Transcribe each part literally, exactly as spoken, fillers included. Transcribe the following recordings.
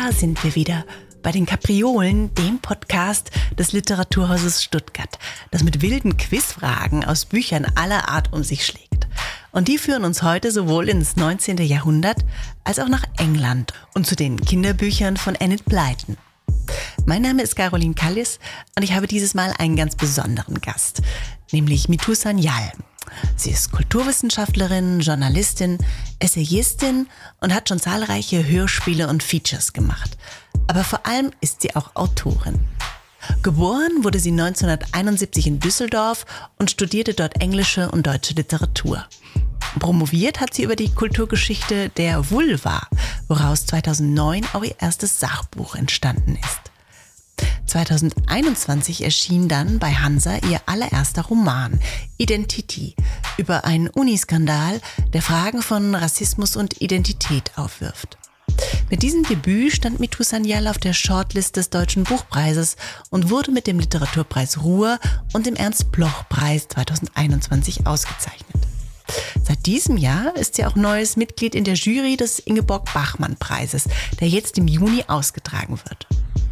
da sind wir wieder bei den Kapriolen, dem Podcast des Literaturhauses Stuttgart, das mit wilden Quizfragen aus Büchern aller Art um sich schlägt. Und die führen uns heute sowohl ins neunzehnten Jahrhundert als auch nach England und zu den Kinderbüchern von Enid Blyton. Mein Name ist Caroline Kallis und ich habe dieses Mal einen ganz besonderen Gast, nämlich Mithou Sanyal. Sie ist Kulturwissenschaftlerin, Journalistin, Essayistin und hat schon zahlreiche Hörspiele und Features gemacht. Aber vor allem ist sie auch Autorin. Geboren wurde sie neunzehnhunderteinundsiebzig in Düsseldorf und studierte dort englische und deutsche Literatur. Promoviert hat sie über die Kulturgeschichte der Vulva, woraus zweitausendneun auch ihr erstes Sachbuch entstanden ist. zweitausendeinundzwanzig erschien dann bei Hansa ihr allererster Roman, Identity, über einen Uniskandal, der Fragen von Rassismus und Identität aufwirft. Mit diesem Debüt stand Mithou Sanyal auf der Shortlist des Deutschen Buchpreises und wurde mit dem Literaturpreis Ruhr und dem Ernst-Bloch-Preis zweitausendeinundzwanzig ausgezeichnet. Seit diesem Jahr ist sie auch neues Mitglied in der Jury des Ingeborg-Bachmann-Preises, der jetzt im Juni ausgetragen wird.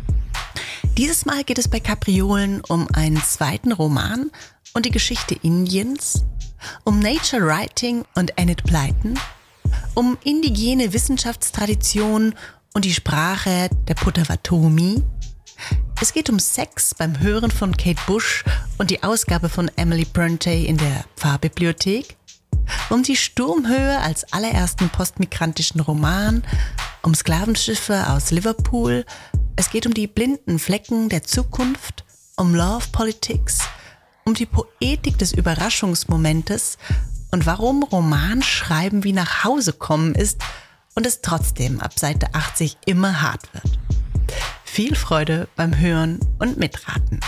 Dieses Mal geht es bei Kapriolen um einen zweiten Roman und die Geschichte Indiens, um Nature Writing und Enid Blyton, um indigene Wissenschaftstradition und die Sprache der Potawatomi. Es geht um Sex beim Hören von Kate Bush und die Ausgabe von Emily Brontë in der Pfarrbibliothek, um die Sturmhöhe als allerersten postmigrantischen Roman, um Sklavenschiffe aus Liverpool. Es geht um die blinden Flecken der Zukunft, um Love Politics, um die Poetik des Überraschungsmomentes und warum Romanschreiben wie nach Hause kommen ist und es trotzdem ab Seite achtzig immer hart wird. Viel Freude beim Hören und Mitraten.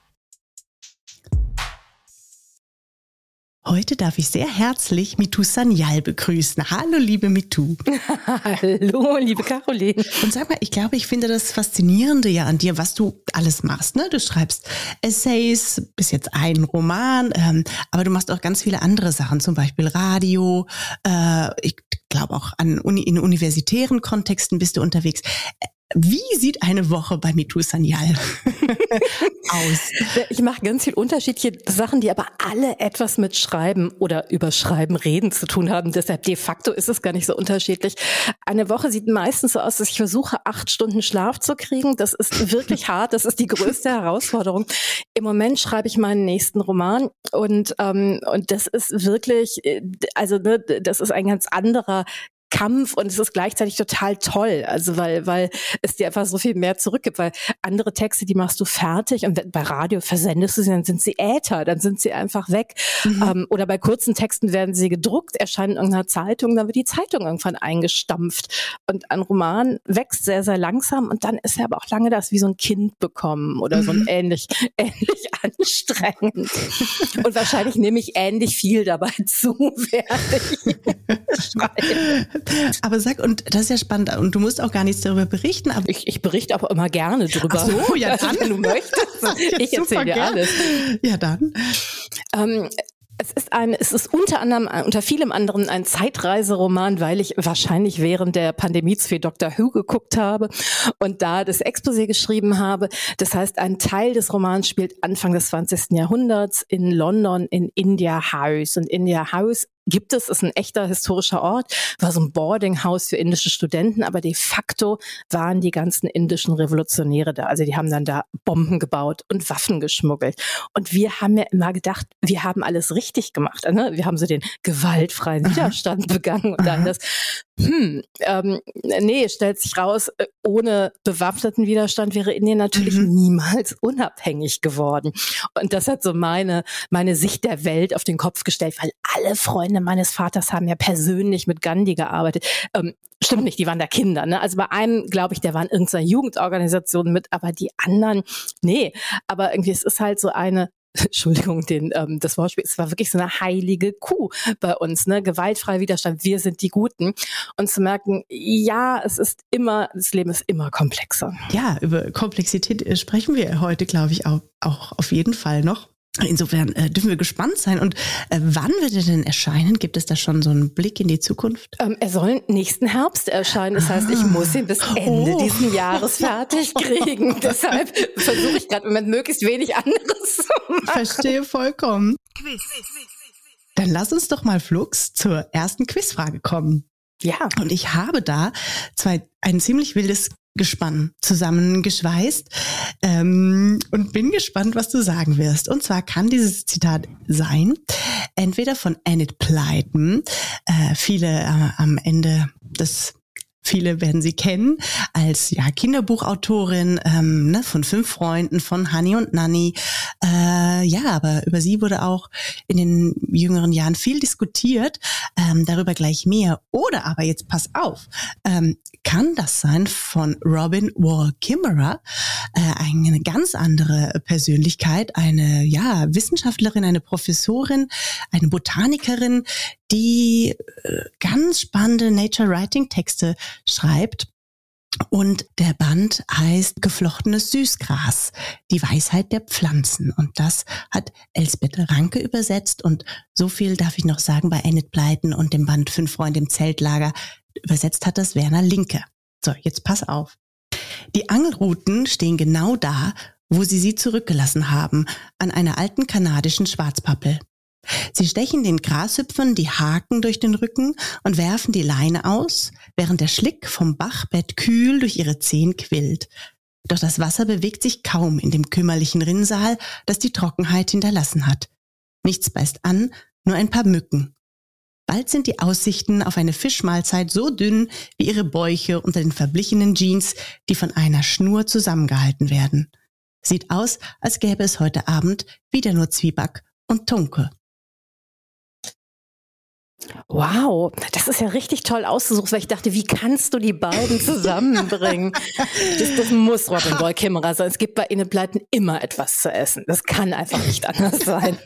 Heute darf ich sehr herzlich Mithou Sanyal begrüßen. Hallo, liebe Mithou. Hallo, liebe Caroline. Und sag mal, ich glaube, ich finde das Faszinierende ja an dir, was du alles machst. Ne? Du schreibst Essays, bis jetzt einen Roman, ähm, aber du machst auch ganz viele andere Sachen, zum Beispiel Radio. Äh, ich glaube auch an Uni, in universitären Kontexten bist du unterwegs. Wie sieht eine Woche bei Mithou Sanyal aus? Ich mache ganz viel unterschiedliche Sachen, die aber alle etwas mit Schreiben oder über Schreiben, Reden zu tun haben. Deshalb de facto ist es gar nicht so unterschiedlich. Eine Woche sieht meistens so aus, dass ich versuche, acht Stunden Schlaf zu kriegen. Das ist wirklich hart. Das ist die größte Herausforderung. Im Moment schreibe ich meinen nächsten Roman und ähm, und das ist wirklich, also ne, das ist ein ganz anderer Kampf und es ist gleichzeitig total toll, also weil weil es dir einfach so viel mehr zurückgibt, weil andere Texte, die machst du fertig und bei Radio versendest du sie, dann sind sie Äther, dann sind sie einfach weg. Mhm. Ähm, oder bei kurzen Texten werden sie gedruckt, erscheinen in irgendeiner Zeitung, dann wird die Zeitung irgendwann eingestampft und ein Roman wächst sehr, sehr langsam und dann ist er aber auch lange das wie so ein Kind bekommen oder mhm. so ein ähnlich, ähnlich anstrengend. Und wahrscheinlich nehme ich ähnlich viel dabei zu, während ich schreibe. Aber sag, und das ist ja spannend, und du musst auch gar nichts darüber berichten. Aber ich, ich berichte aber immer gerne drüber. Ach so, ja dann. Wenn du möchtest. Ich erzähle dir alles. Ja dann. Ähm, Es ist ein, es ist unter anderem, unter vielem anderen ein Zeitreiseroman, weil ich wahrscheinlich während der Pandemie zu viel Doctor Who geguckt habe und da das Exposé geschrieben habe. Das heißt, ein Teil des Romans spielt Anfang des zwanzigsten Jahrhunderts in London in India House. Und India House gibt es, ist ein echter historischer Ort, war so ein Boardinghouse für indische Studenten, aber de facto waren die ganzen indischen Revolutionäre da. Also die haben dann da Bomben gebaut und Waffen geschmuggelt. Und wir haben ja immer gedacht, wir haben alles richtig gemacht. Ne? Wir haben so den gewaltfreien Widerstand begangen und dann das, hm, ähm, nee, stellt sich raus, ohne bewaffneten Widerstand wäre Indien natürlich mhm. niemals unabhängig geworden. Und das hat so meine, meine Sicht der Welt auf den Kopf gestellt, weil alle Freunde meines Vaters haben ja persönlich mit Gandhi gearbeitet. Ähm, stimmt nicht, die waren da Kinder. Ne? Also bei einem, glaube ich, der war in irgendeiner Jugendorganisation mit, aber die anderen, nee. Aber irgendwie, es ist halt so eine, Entschuldigung, den, ähm, das Wortspiel, es war wirklich so eine heilige Kuh bei uns, ne? Gewaltfreier Widerstand, wir sind die Guten. Und zu merken, ja, es ist immer, das Leben ist immer komplexer. Ja, über Komplexität sprechen wir heute, glaube ich, auch, auch auf jeden Fall noch. Insofern äh, dürfen wir gespannt sein. Und äh, wann wird er denn erscheinen? Gibt es da schon so einen Blick in die Zukunft? Ähm, er soll nächsten Herbst erscheinen. Das heißt, ich muss ihn bis Ende Oh. diesen Jahres fertig kriegen. Deshalb versuche ich gerade im Moment möglichst wenig anderes zu machen. Verstehe vollkommen. Quiz. Dann lass uns doch mal flugs zur ersten Quizfrage kommen. Ja. Und ich habe da zwei ein ziemlich wildes Gespann zusammengeschweißt ähm, und bin gespannt, was du sagen wirst. Und zwar kann dieses Zitat sein, entweder von Enid Blyton, äh, viele äh, am Ende des Viele werden sie kennen als ja Kinderbuchautorin ähm, ne, von Fünf Freunden, von Honey und Nanny. Äh, ja, aber über sie wurde auch in den jüngeren Jahren viel diskutiert. Ähm, darüber gleich mehr. Oder aber jetzt pass auf, ähm, kann das sein von Robin Wall Kimmerer, äh, eine ganz andere Persönlichkeit, eine ja Wissenschaftlerin, eine Professorin, eine Botanikerin, die äh, ganz spannende Nature Writing Texte schreibt. Und der Band heißt Geflochtenes Süßgras, die Weisheit der Pflanzen. Und das hat Elsbeth Ranke übersetzt. Und so viel darf ich noch sagen bei Enid Blyton und dem Band Fünf Freunde im Zeltlager. Übersetzt hat das Werner Linke. So, jetzt pass auf. Die Angelruten stehen genau da, wo sie sie zurückgelassen haben, an einer alten kanadischen Schwarzpappel. Sie stechen den Grashüpfern die Haken durch den Rücken und werfen die Leine aus, während der Schlick vom Bachbett kühl durch ihre Zehen quillt. Doch das Wasser bewegt sich kaum in dem kümmerlichen Rinnsal, das die Trockenheit hinterlassen hat. Nichts beißt an, nur ein paar Mücken. Bald sind die Aussichten auf eine Fischmahlzeit so dünn wie ihre Bäuche unter den verblichenen Jeans, die von einer Schnur zusammengehalten werden. Sieht aus, als gäbe es heute Abend wieder nur Zwieback und Tunke. Wow, das ist ja richtig toll ausgesucht, weil ich dachte, wie kannst du die beiden zusammenbringen? Das, das muss Robin Wall Kimmerer sein. Es gibt bei Enid Blyton immer etwas zu essen. Das kann einfach nicht anders sein.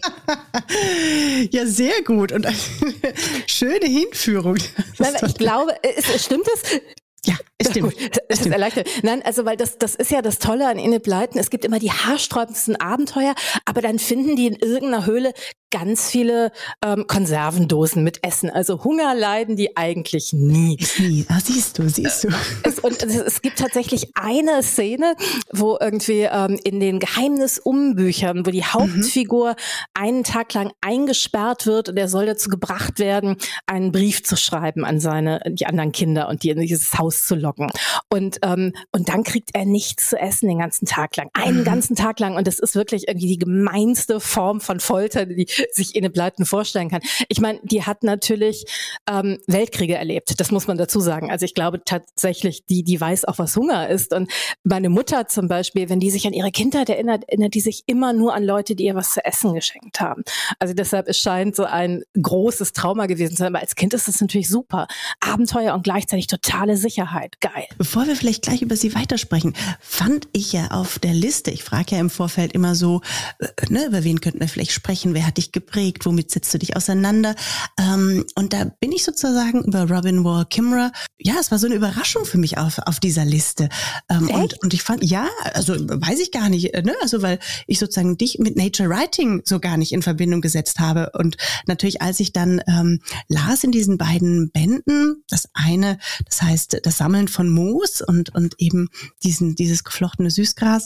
Ja, sehr gut und eine schöne Hinführung. Nein, ich glaube, ist, stimmt das? Ja, es stimmt. Gut, es ist erleichtert. Nein, also weil das das ist ja das Tolle an Enid Blyton. Es gibt immer die haarsträubendsten Abenteuer, aber dann finden die in irgendeiner Höhle ganz viele ähm, Konservendosen mit Essen. Also Hunger leiden die eigentlich nie. Nie. Ah, siehst du, siehst du. Es, und es, es gibt tatsächlich eine Szene, wo irgendwie ähm, in den Geheimnis-Um-Büchern, wo die Hauptfigur mhm. einen Tag lang eingesperrt wird und er soll dazu gebracht werden, einen Brief zu schreiben an seine die anderen Kinder und die in dieses Haus zu locken. Und ähm, und dann kriegt er nichts zu essen den ganzen Tag lang, einen mhm. ganzen Tag lang. Und das ist wirklich irgendwie die gemeinste Form von Folter, die sich Enid Blyton vorstellen kann. Ich meine, die hat natürlich ähm, Weltkriege erlebt, das muss man dazu sagen. Also ich glaube tatsächlich, die die weiß auch, was Hunger ist. Und meine Mutter zum Beispiel, wenn die sich an ihre Kindheit erinnert, erinnert die sich immer nur an Leute, die ihr was zu essen geschenkt haben. Also deshalb, es scheint so ein großes Trauma gewesen zu sein. Aber als Kind ist das natürlich super. Abenteuer und gleichzeitig totale Sicherheit. Geil. Bevor wir vielleicht gleich über sie weitersprechen, fand ich ja auf der Liste, ich frage ja im Vorfeld immer so, äh, ne, über wen könnten wir vielleicht sprechen, wer hat dich geprägt, womit setzt du dich auseinander? Ähm, und da bin ich sozusagen über Robin Wall Kimmerer, ja, es war so eine Überraschung für mich auf, auf dieser Liste. Ähm, und, und ich fand, ja, also weiß ich gar nicht, ne, also weil ich sozusagen dich mit Nature Writing so gar nicht in Verbindung gesetzt habe. Und natürlich, als ich dann ähm, las in diesen beiden Bänden, das eine, das heißt das Sammeln von Moos und, und eben diesen, dieses geflochtene Süßgras,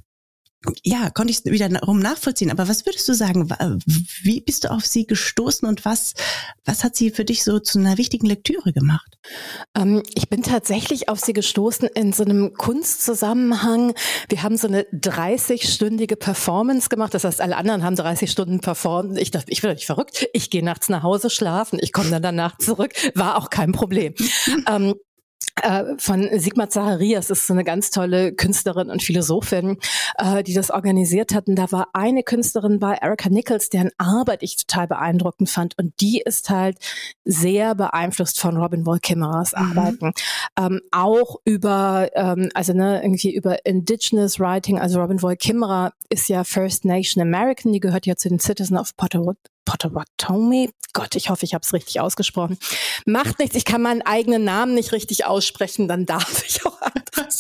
ja, konnte ich es wiederum nachvollziehen. Aber was würdest du sagen, wie bist du auf sie gestoßen und was, was hat sie für dich so zu einer wichtigen Lektüre gemacht? Ähm, ich bin tatsächlich auf sie gestoßen in so einem Kunstzusammenhang. Wir haben so eine dreißigstündige Performance gemacht. Das heißt, alle anderen haben dreißig Stunden performt. Ich dachte, ich bin doch nicht verrückt. Ich gehe nachts nach Hause schlafen. Ich komme dann danach zurück. War auch kein Problem. ähm, Äh, von Sigmar Zacharias, ist so eine ganz tolle Künstlerin und Philosophin, äh, die das organisiert hatten. Da war eine Künstlerin bei, Erica Nichols, deren Arbeit ich total beeindruckend fand, und die ist halt sehr beeinflusst von Robin Wall Kimmerers mhm. Arbeiten. Ähm, auch über, ähm, also ne, irgendwie über Indigenous Writing, also Robin Wall Kimmerer ist ja First Nation American, die gehört ja zu den Citizen of Potterwood Potawatomi. Gott, ich hoffe, ich habe es richtig ausgesprochen. Macht nichts, ich kann meinen eigenen Namen nicht richtig aussprechen, dann darf ich auch anderes.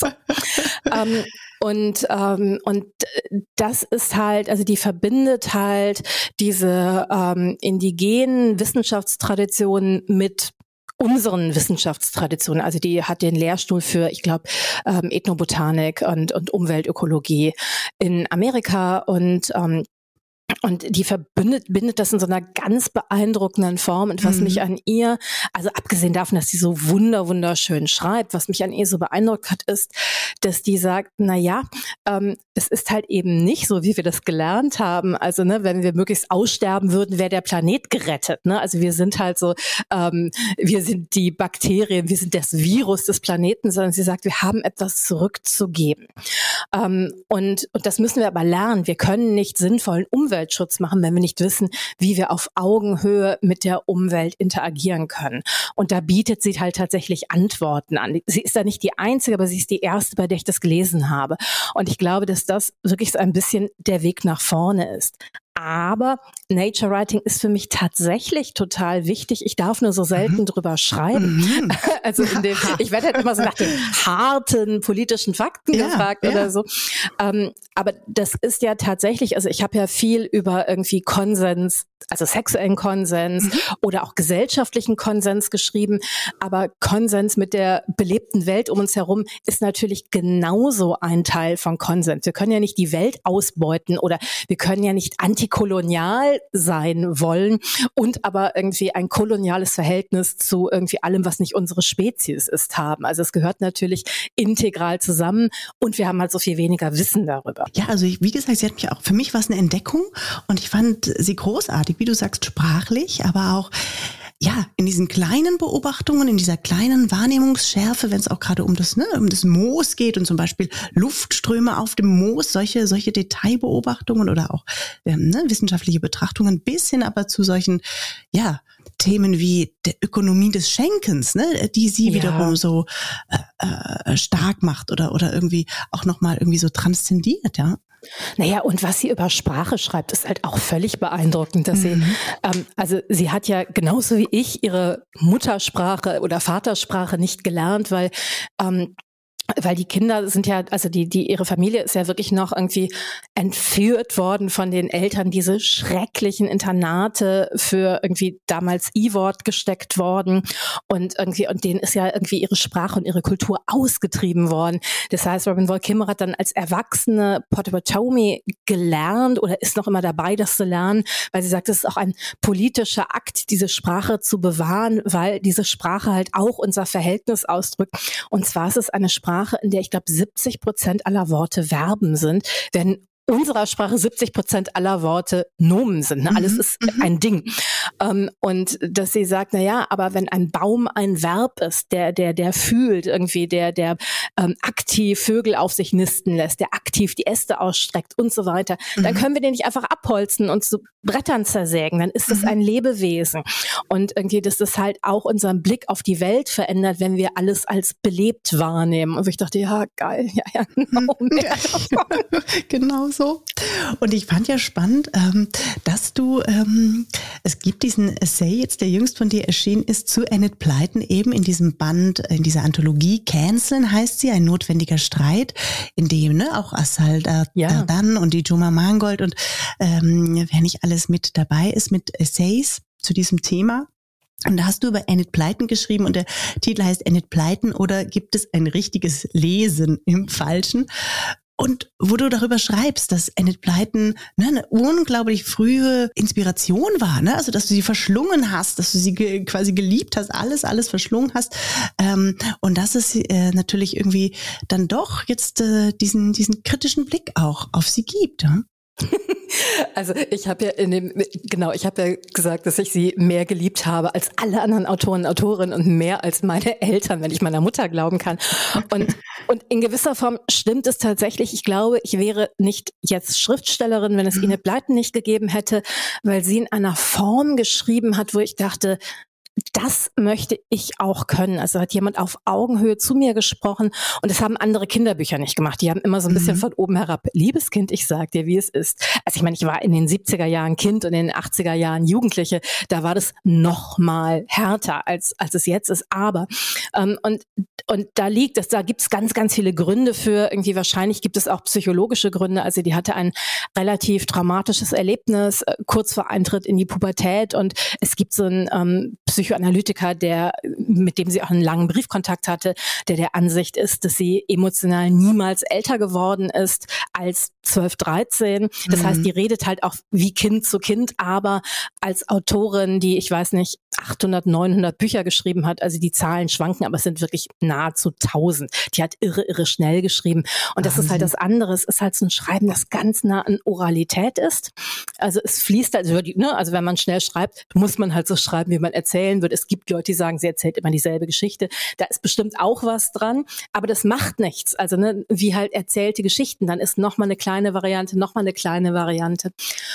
ähm, und ähm, und das ist halt, also die verbindet halt diese ähm, indigenen Wissenschaftstraditionen mit unseren Wissenschaftstraditionen. Also die hat den Lehrstuhl für, ich glaube, ähm, Ethnobotanik und und Umweltökologie in Amerika und ähm, Und die verbindet bindet das in so einer ganz beeindruckenden Form. Und was mhm. mich an ihr, also abgesehen davon, dass sie so wunder wunderschön schreibt, was mich an ihr so beeindruckt hat, ist, dass die sagt, na ja, ähm, es ist halt eben nicht so, wie wir das gelernt haben. Also ne, wenn wir möglichst aussterben würden, wäre der Planet gerettet. Ne? Also wir sind halt so, ähm, wir sind die Bakterien, wir sind das Virus des Planeten, sondern sie sagt, wir haben etwas zurückzugeben. Ähm, und, und das müssen wir aber lernen. Wir können nicht sinnvollen Umweltschutz machen, wenn wir nicht wissen, wie wir auf Augenhöhe mit der Umwelt interagieren können. Und da bietet sie halt tatsächlich Antworten an. Sie ist da nicht die Einzige, aber sie ist die Erste, bei der ich das gelesen habe. Und ich glaube, dass das wirklich so ein bisschen der Weg nach vorne ist. Aber Nature Writing ist für mich tatsächlich total wichtig. Ich darf nur so selten mhm. drüber schreiben. Mhm. Also in dem, ich werde halt immer so nach den harten politischen Fakten ja, gefragt ja. oder so. Ähm, aber das ist ja tatsächlich, also ich habe ja viel über irgendwie Konsens, also sexuellen Konsens mhm. oder auch gesellschaftlichen Konsens geschrieben. Aber Konsens mit der belebten Welt um uns herum ist natürlich genauso ein Teil von Konsens. Wir können ja nicht die Welt ausbeuten oder wir können ja nicht antikolonial sein wollen und aber irgendwie ein koloniales Verhältnis zu irgendwie allem, was nicht unsere Spezies ist, haben. Also es gehört natürlich integral zusammen und wir haben halt so viel weniger Wissen darüber. Ja, also ich, wie gesagt, sie hat mich auch, für mich war es eine Entdeckung und ich fand sie großartig, wie du sagst, sprachlich, aber auch ja, in diesen kleinen Beobachtungen, in dieser kleinen Wahrnehmungsschärfe, wenn es auch gerade um das, ne, um das Moos geht und zum Beispiel Luftströme auf dem Moos, solche, solche Detailbeobachtungen oder auch ähm, ne, wissenschaftliche Betrachtungen, bis hin aber zu solchen, ja, Themen wie der Ökonomie des Schenkens, ne, die sie ja. wiederum so äh, äh, stark macht oder oder irgendwie auch nochmal irgendwie so transzendiert, ja. Naja, und was sie über Sprache schreibt, ist halt auch völlig beeindruckend, dass mhm. sie, ähm, also sie hat ja genauso wie ich ihre Muttersprache oder Vatersprache nicht gelernt, weil ähm, weil die Kinder sind ja, also die, die, ihre Familie ist ja wirklich noch irgendwie entführt worden von den Eltern, diese schrecklichen Internate für irgendwie damals I-Wort gesteckt worden und irgendwie, und denen ist ja irgendwie ihre Sprache und ihre Kultur ausgetrieben worden. Das heißt, Robin Wall Kimmerer hat dann als Erwachsene Potawatomi gelernt oder ist noch immer dabei, das zu lernen, weil sie sagt, es ist auch ein politischer Akt, diese Sprache zu bewahren, weil diese Sprache halt auch unser Verhältnis ausdrückt. Und zwar ist es eine Sprache, in der ich glaube siebzig Prozent aller Worte Verben sind, denn unserer Sprache siebzig Prozent aller Worte Nomen sind. Ne? Alles ist mhm. ein Ding. Ähm, und dass sie sagt, na ja, aber wenn ein Baum ein Verb ist, der, der, der fühlt irgendwie, der, der ähm, aktiv Vögel auf sich nisten lässt, der aktiv die Äste ausstreckt und so weiter, mhm. dann können wir den nicht einfach abholzen und zu Brettern zersägen. Dann ist das mhm. ein Lebewesen. Und irgendwie, dass das halt auch unseren Blick auf die Welt verändert, wenn wir alles als belebt wahrnehmen. Und ich dachte, ja, geil, ja, ja, genau. Ja. Genau. So. Und ich fand ja spannend, ähm, dass du, ähm, es gibt diesen Essay jetzt, der jüngst von dir erschienen ist, zu Enid Blyton eben in diesem Band, in dieser Anthologie, Canceln heißt sie, ein notwendiger Streit, in dem ne, auch Asal Dardan ja. und die Joma Mangold und ähm, wer nicht alles mit dabei ist, mit Essays zu diesem Thema. Und da hast du über Enid Blyton geschrieben und der Titel heißt Enid Blyton oder gibt es ein richtiges Lesen im Falschen? Und wo du darüber schreibst, dass Enid Blyton ne, eine unglaublich frühe Inspiration war, ne? Also dass du sie verschlungen hast, dass du sie ge- quasi geliebt hast, alles, alles verschlungen hast. Ähm, und dass es äh, natürlich irgendwie dann doch jetzt äh, diesen, diesen kritischen Blick auch auf sie gibt. Ja? Also ich habe ja in dem, genau, ich habe ja gesagt, dass ich sie mehr geliebt habe als alle anderen Autoren und Autorinnen und mehr als meine Eltern, wenn ich meiner Mutter glauben kann. Und, und in gewisser Form stimmt es tatsächlich. Ich glaube, ich wäre nicht jetzt Schriftstellerin, wenn es Enid Blyton nicht gegeben hätte, weil sie in einer Form geschrieben hat, wo ich dachte, das möchte ich auch können. Also hat jemand auf Augenhöhe zu mir gesprochen und das haben andere Kinderbücher nicht gemacht. Die haben immer so ein bisschen mhm. von oben herab. Liebes Kind, ich sag dir, wie es ist. Also ich meine, ich war in den siebziger Jahren Kind und in den achtziger Jahren Jugendliche. Da war das noch mal härter, als als es jetzt ist. Aber ähm, und und da liegt es, da gibt es ganz, ganz viele Gründe für. Irgendwie wahrscheinlich gibt es auch psychologische Gründe. Also die hatte ein relativ traumatisches Erlebnis äh, kurz vor Eintritt in die Pubertät und es gibt so einen ähm, Psychoanalytiker, der, mit dem sie auch einen langen Briefkontakt hatte, der der Ansicht ist, dass sie emotional niemals älter geworden ist als zwölf, dreizehn. Das mhm. heißt, die redet halt auch wie Kind zu Kind, aber als Autorin, die, ich weiß nicht, achthundert, neunhundert Bücher geschrieben hat, also die Zahlen schwanken, aber es sind wirklich nahezu tausend. Die hat irre, irre schnell geschrieben. Und das Wahnsinn. Ist halt das andere. Es ist halt so ein Schreiben, das ganz nah an Oralität ist. Also es fließt halt, also wenn man schnell schreibt, muss man halt so schreiben, wie man erzählen wird. Es gibt Leute, die sagen, sie erzählt immer dieselbe Geschichte. Da ist bestimmt auch was dran, aber das macht nichts. Also ne, wie halt erzählte Geschichten, dann ist nochmal eine kleine Variante, nochmal eine kleine Variante.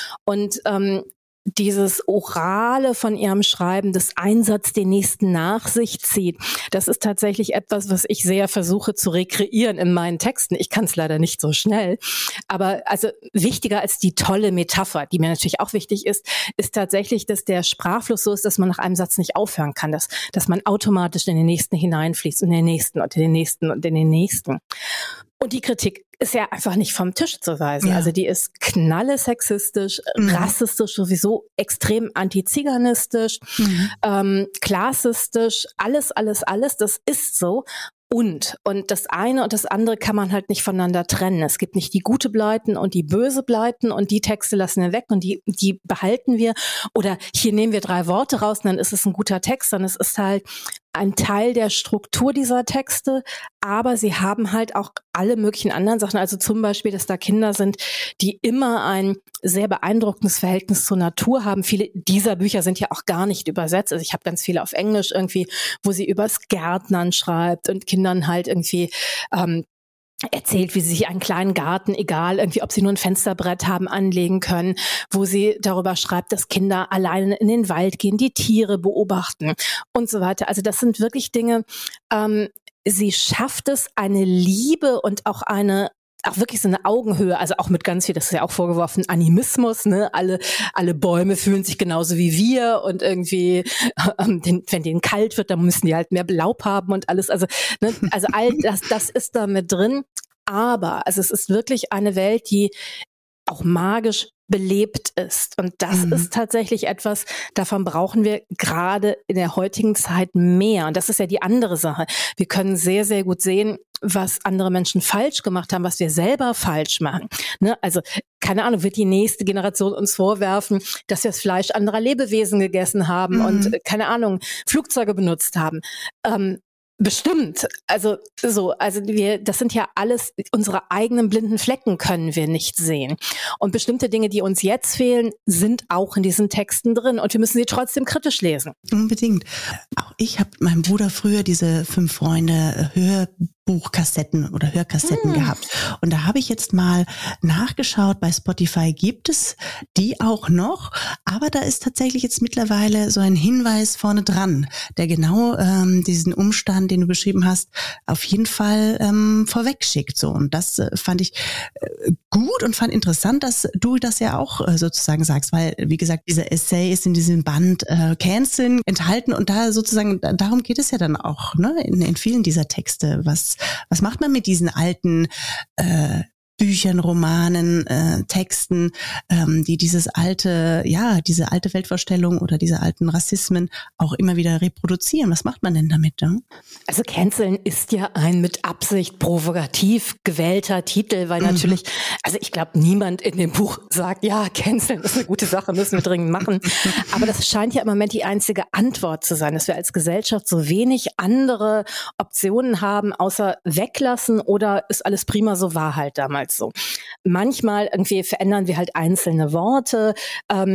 Und ähm, dieses Orale von ihrem Schreiben, das Einsatz den nächsten nach sich zieht, das ist tatsächlich etwas, was ich sehr versuche zu rekreieren in meinen Texten. Ich kann es leider nicht so schnell. Aber also wichtiger als die tolle Metapher, die mir natürlich auch wichtig ist, ist tatsächlich, dass der Sprachfluss so ist, dass man nach einem Satz nicht aufhören kann, dass, dass man automatisch in den nächsten hineinfließt und in den nächsten und in den nächsten und in den nächsten. Und die Kritik ist ja einfach nicht vom Tisch zu weisen. Ja. Also die ist knalle sexistisch, mhm. rassistisch, sowieso extrem antiziganistisch, mhm. ähm, klassistisch, alles, alles, alles. Das ist so. Und, und das eine und das andere kann man halt nicht voneinander trennen. Es gibt nicht die gute Pleiten und die böse Pleiten und die Texte lassen wir weg und die, die behalten wir. Oder hier nehmen wir drei Worte raus und dann ist es ein guter Text, dann ist es halt ein Teil der Struktur dieser Texte, aber sie haben halt auch alle möglichen anderen Sachen, also zum Beispiel, dass da Kinder sind, die immer ein sehr beeindruckendes Verhältnis zur Natur haben. Viele dieser Bücher sind ja auch gar nicht übersetzt, also ich habe ganz viele auf Englisch irgendwie, wo sie übers Gärtnern schreibt und Kindern halt irgendwie ähm, erzählt, wie sie sich einen kleinen Garten, egal irgendwie, ob sie nur ein Fensterbrett haben, anlegen können, wo sie darüber schreibt, dass Kinder alleine in den Wald gehen, die Tiere beobachten und so weiter. Also das sind wirklich Dinge, ähm, sie schafft es, eine Liebe und auch eine auch wirklich so eine Augenhöhe, also auch mit ganz viel, das ist ja auch vorgeworfen, Animismus, ne, alle alle Bäume fühlen sich genauso wie wir und irgendwie, ähm, den, wenn denen kalt wird, dann müssen die halt mehr Laub haben und alles, also ne, also all das, das ist da mit drin, aber also es ist wirklich eine Welt, die auch magisch belebt ist. Und das mhm. ist tatsächlich etwas, davon brauchen wir gerade in der heutigen Zeit mehr. Und das ist ja die andere Sache. Wir können sehr, sehr gut sehen, was andere Menschen falsch gemacht haben, was wir selber falsch machen. Ne? Also, keine Ahnung, wird die nächste Generation uns vorwerfen, dass wir das Fleisch anderer Lebewesen gegessen haben mhm. und, keine Ahnung, Flugzeuge benutzt haben. Ähm, Bestimmt. Also so, also wir, das sind ja alles, unsere eigenen blinden Flecken können wir nicht sehen. Und bestimmte Dinge, die uns jetzt fehlen, sind auch in diesen Texten drin und wir müssen sie trotzdem kritisch lesen. Unbedingt. Auch ich habe meinem Bruder früher diese fünf Freunde Hörbuchkassetten oder Hörkassetten hm. gehabt. Und da habe ich jetzt mal nachgeschaut, bei Spotify gibt es die auch noch, aber da ist tatsächlich jetzt mittlerweile so ein Hinweis vorne dran, der genau ähm, diesen Umstand, den du beschrieben hast, auf jeden Fall ähm, vorwegschickt. So. Und das äh, fand ich äh, gut und fand interessant, dass du das ja auch äh, sozusagen sagst, weil, wie gesagt, dieser Essay ist in diesem Band äh, Canceln enthalten und da sozusagen, da, darum geht es ja dann auch, ne, in, in vielen dieser Texte. Was, was macht man mit diesen alten äh, Büchern, Romanen, äh, Texten, ähm, die dieses alte, ja, diese alte Weltvorstellung oder diese alten Rassismen auch immer wieder reproduzieren. Was macht man denn damit? Ne? Also Canceln ist ja ein mit Absicht provokativ gewählter Titel, weil mhm. natürlich, also ich glaube, niemand in dem Buch sagt, ja, Canceln ist eine gute Sache, müssen wir dringend machen. Aber das scheint ja im Moment die einzige Antwort zu sein, dass wir als Gesellschaft so wenig andere Optionen haben, außer weglassen oder ist alles prima, so war halt damals so. Manchmal irgendwie verändern wir halt einzelne Worte. Ähm,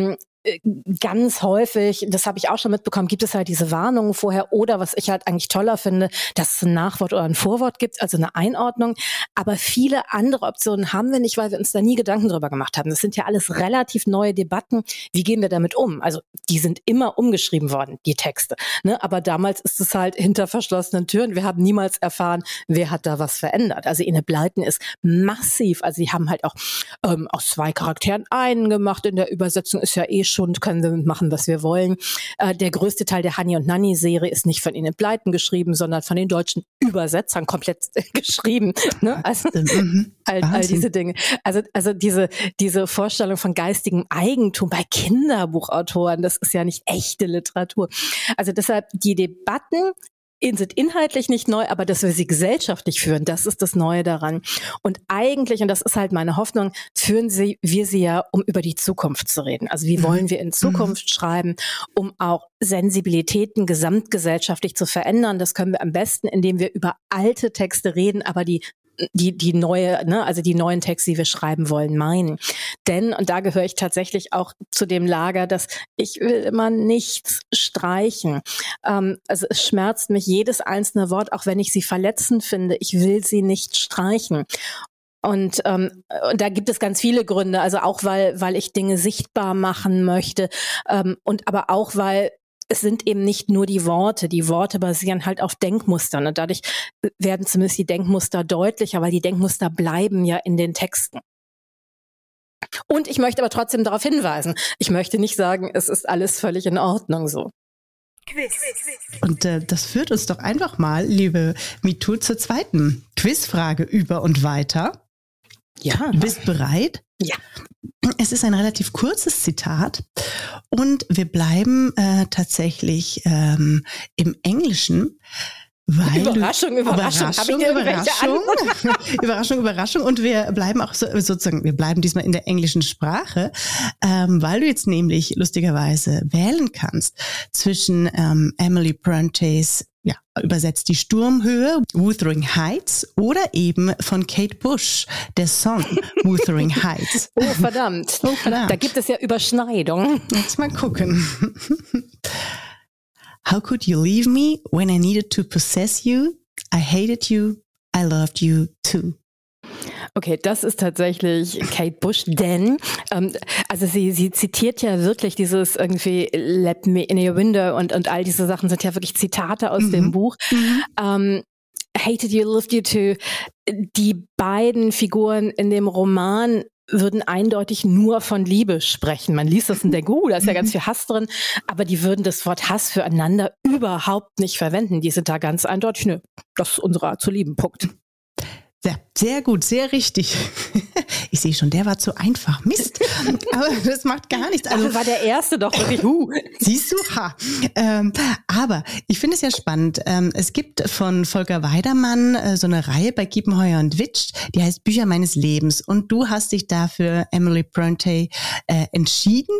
ganz häufig, das habe ich auch schon mitbekommen, gibt es halt diese Warnungen vorher oder was ich halt eigentlich toller finde, dass es ein Nachwort oder ein Vorwort gibt, also eine Einordnung. Aber viele andere Optionen haben wir nicht, weil wir uns da nie Gedanken drüber gemacht haben. Das sind ja alles relativ neue Debatten. Wie gehen wir damit um? Also die sind immer umgeschrieben worden, die Texte. Ne? Aber damals ist es halt hinter verschlossenen Türen. Wir haben niemals erfahren, wer hat da was verändert. Also Enid Blyton ist massiv. Also sie haben halt auch ähm, aus zwei Charakteren einen gemacht. In der Übersetzung ist ja eh schon, können wir machen, was wir wollen. Äh, der größte Teil der Honey und Nanny Serie ist nicht von Enid Blyton geschrieben, sondern von den deutschen Übersetzern komplett geschrieben. Ne? Also all, all diese Dinge. Also, also diese, diese Vorstellung von geistigem Eigentum bei Kinderbuchautoren, das ist ja nicht echte Literatur. Also deshalb die Debatten sind inhaltlich nicht neu, aber dass wir sie gesellschaftlich führen, das ist das Neue daran. Und eigentlich, und das ist halt meine Hoffnung, führen sie, wir sie ja, um über die Zukunft zu reden. Also wie wollen wir in Zukunft mhm. schreiben, um auch Sensibilitäten gesamtgesellschaftlich zu verändern. Das können wir am besten, indem wir über alte Texte reden, aber die die die neue, ne, also die neuen Texte, die wir schreiben wollen, meinen. Denn, und da gehöre ich tatsächlich auch zu dem Lager, dass ich will immer nichts streichen. Ähm, also es schmerzt mich jedes einzelne Wort, auch wenn ich sie verletzend finde. Ich will sie nicht streichen. Und, ähm, und da gibt es ganz viele Gründe, also auch weil weil ich Dinge sichtbar machen möchte ähm, und aber auch weil es sind eben nicht nur die Worte. Die Worte basieren halt auf Denkmustern und dadurch werden zumindest die Denkmuster deutlicher, weil die Denkmuster bleiben ja in den Texten. Und ich möchte aber trotzdem darauf hinweisen, ich möchte nicht sagen, es ist alles völlig in Ordnung so. Quiz. Und äh, das führt uns doch einfach mal, liebe MeToo, zur zweiten Quizfrage über und weiter. Ja. Du bist bereit? Ja. Es ist ein relativ kurzes Zitat und wir bleiben äh, tatsächlich ähm, im Englischen. Weil Überraschung, du, Überraschung, Überraschung, Überraschung, Überraschung, Überraschung. Und wir bleiben auch so, sozusagen, wir bleiben diesmal in der englischen Sprache, ähm, weil du jetzt nämlich lustigerweise wählen kannst zwischen ähm, Emily Brontes, ja, übersetzt die Sturmhöhe, Wuthering Heights, oder eben von Kate Bush, der Song Wuthering Heights. Oh, verdammt. Oh, verdammt. Da gibt es ja Überschneidungen. Jetzt mal gucken. How could you leave me when I needed to possess you? I hated you. I loved you too. Okay, das ist tatsächlich Kate Bush, denn ähm, also sie sie zitiert ja wirklich dieses irgendwie Let me in your window und und all diese Sachen sind ja wirklich Zitate aus mhm. dem Buch. Mhm. Ähm, hated you, loved you too. Die beiden Figuren in dem Roman würden eindeutig nur von Liebe sprechen. Man liest das und denkt, uh, da ist ja ganz viel Hass drin, aber die würden das Wort Hass füreinander überhaupt nicht verwenden. Die sind da ganz eindeutig, nö, das ist unsere Art zu lieben, Punkt. Ja, sehr gut, sehr richtig. Ich sehe schon, der war zu einfach. Mist. Aber das macht gar nichts. Also war der erste doch wirklich. Huh. Siehst du? Ha. Ähm, aber ich finde es ja spannend. Ähm, es gibt von Volker Weidermann äh, so eine Reihe bei Kiepenheuer und Witsch, die heißt Bücher meines Lebens. Und du hast dich dafür Emily Bronte äh, entschieden.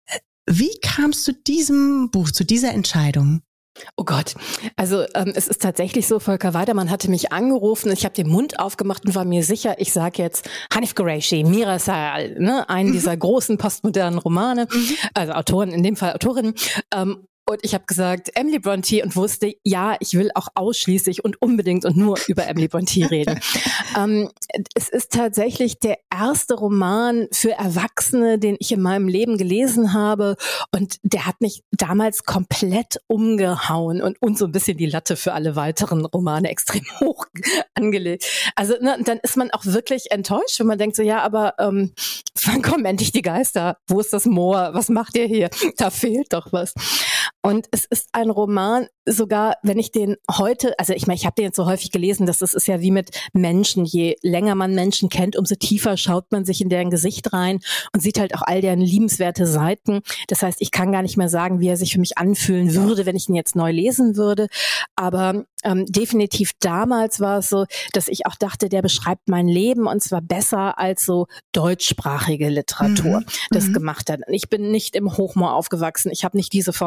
Wie kamst du diesem Buch, zu dieser Entscheidung? Oh Gott, also ähm, es ist tatsächlich so, Volker Weidermann hatte mich angerufen, ich habe den Mund aufgemacht und war mir sicher, ich sage jetzt Hanif Kureishi, Mira Sayal, ne, einen mhm. dieser großen postmodernen Romane, mhm. also Autoren, in dem Fall Autorinnen, ähm, und ich habe gesagt, Emily Bronte und wusste, ja, ich will auch ausschließlich und unbedingt und nur über Emily Bronte reden. ähm, es ist tatsächlich der erste Roman für Erwachsene, den ich in meinem Leben gelesen habe und der hat mich damals komplett umgehauen und, und so ein bisschen die Latte für alle weiteren Romane extrem hoch angelegt. Also ne, dann ist man auch wirklich enttäuscht, wenn man denkt so, ja, aber ähm, wann kommen endlich die Geister? Wo ist das Moor? Was macht ihr hier? Da fehlt doch was. Und es ist ein Roman, sogar wenn ich den heute, also ich meine, ich habe den jetzt so häufig gelesen, dass es ist ja wie mit Menschen, je länger man Menschen kennt, umso tiefer schaut man sich in deren Gesicht rein und sieht halt auch all deren liebenswerte Seiten. Das heißt, ich kann gar nicht mehr sagen, wie er sich für mich anfühlen würde, wenn ich ihn jetzt neu lesen würde. Aber ähm, definitiv damals war es so, dass ich auch dachte, der beschreibt mein Leben und zwar besser als so deutschsprachige Literatur mhm. das mhm. gemacht hat. Ich bin nicht im Hochmoor aufgewachsen. Ich habe nicht diese Form von Gewalt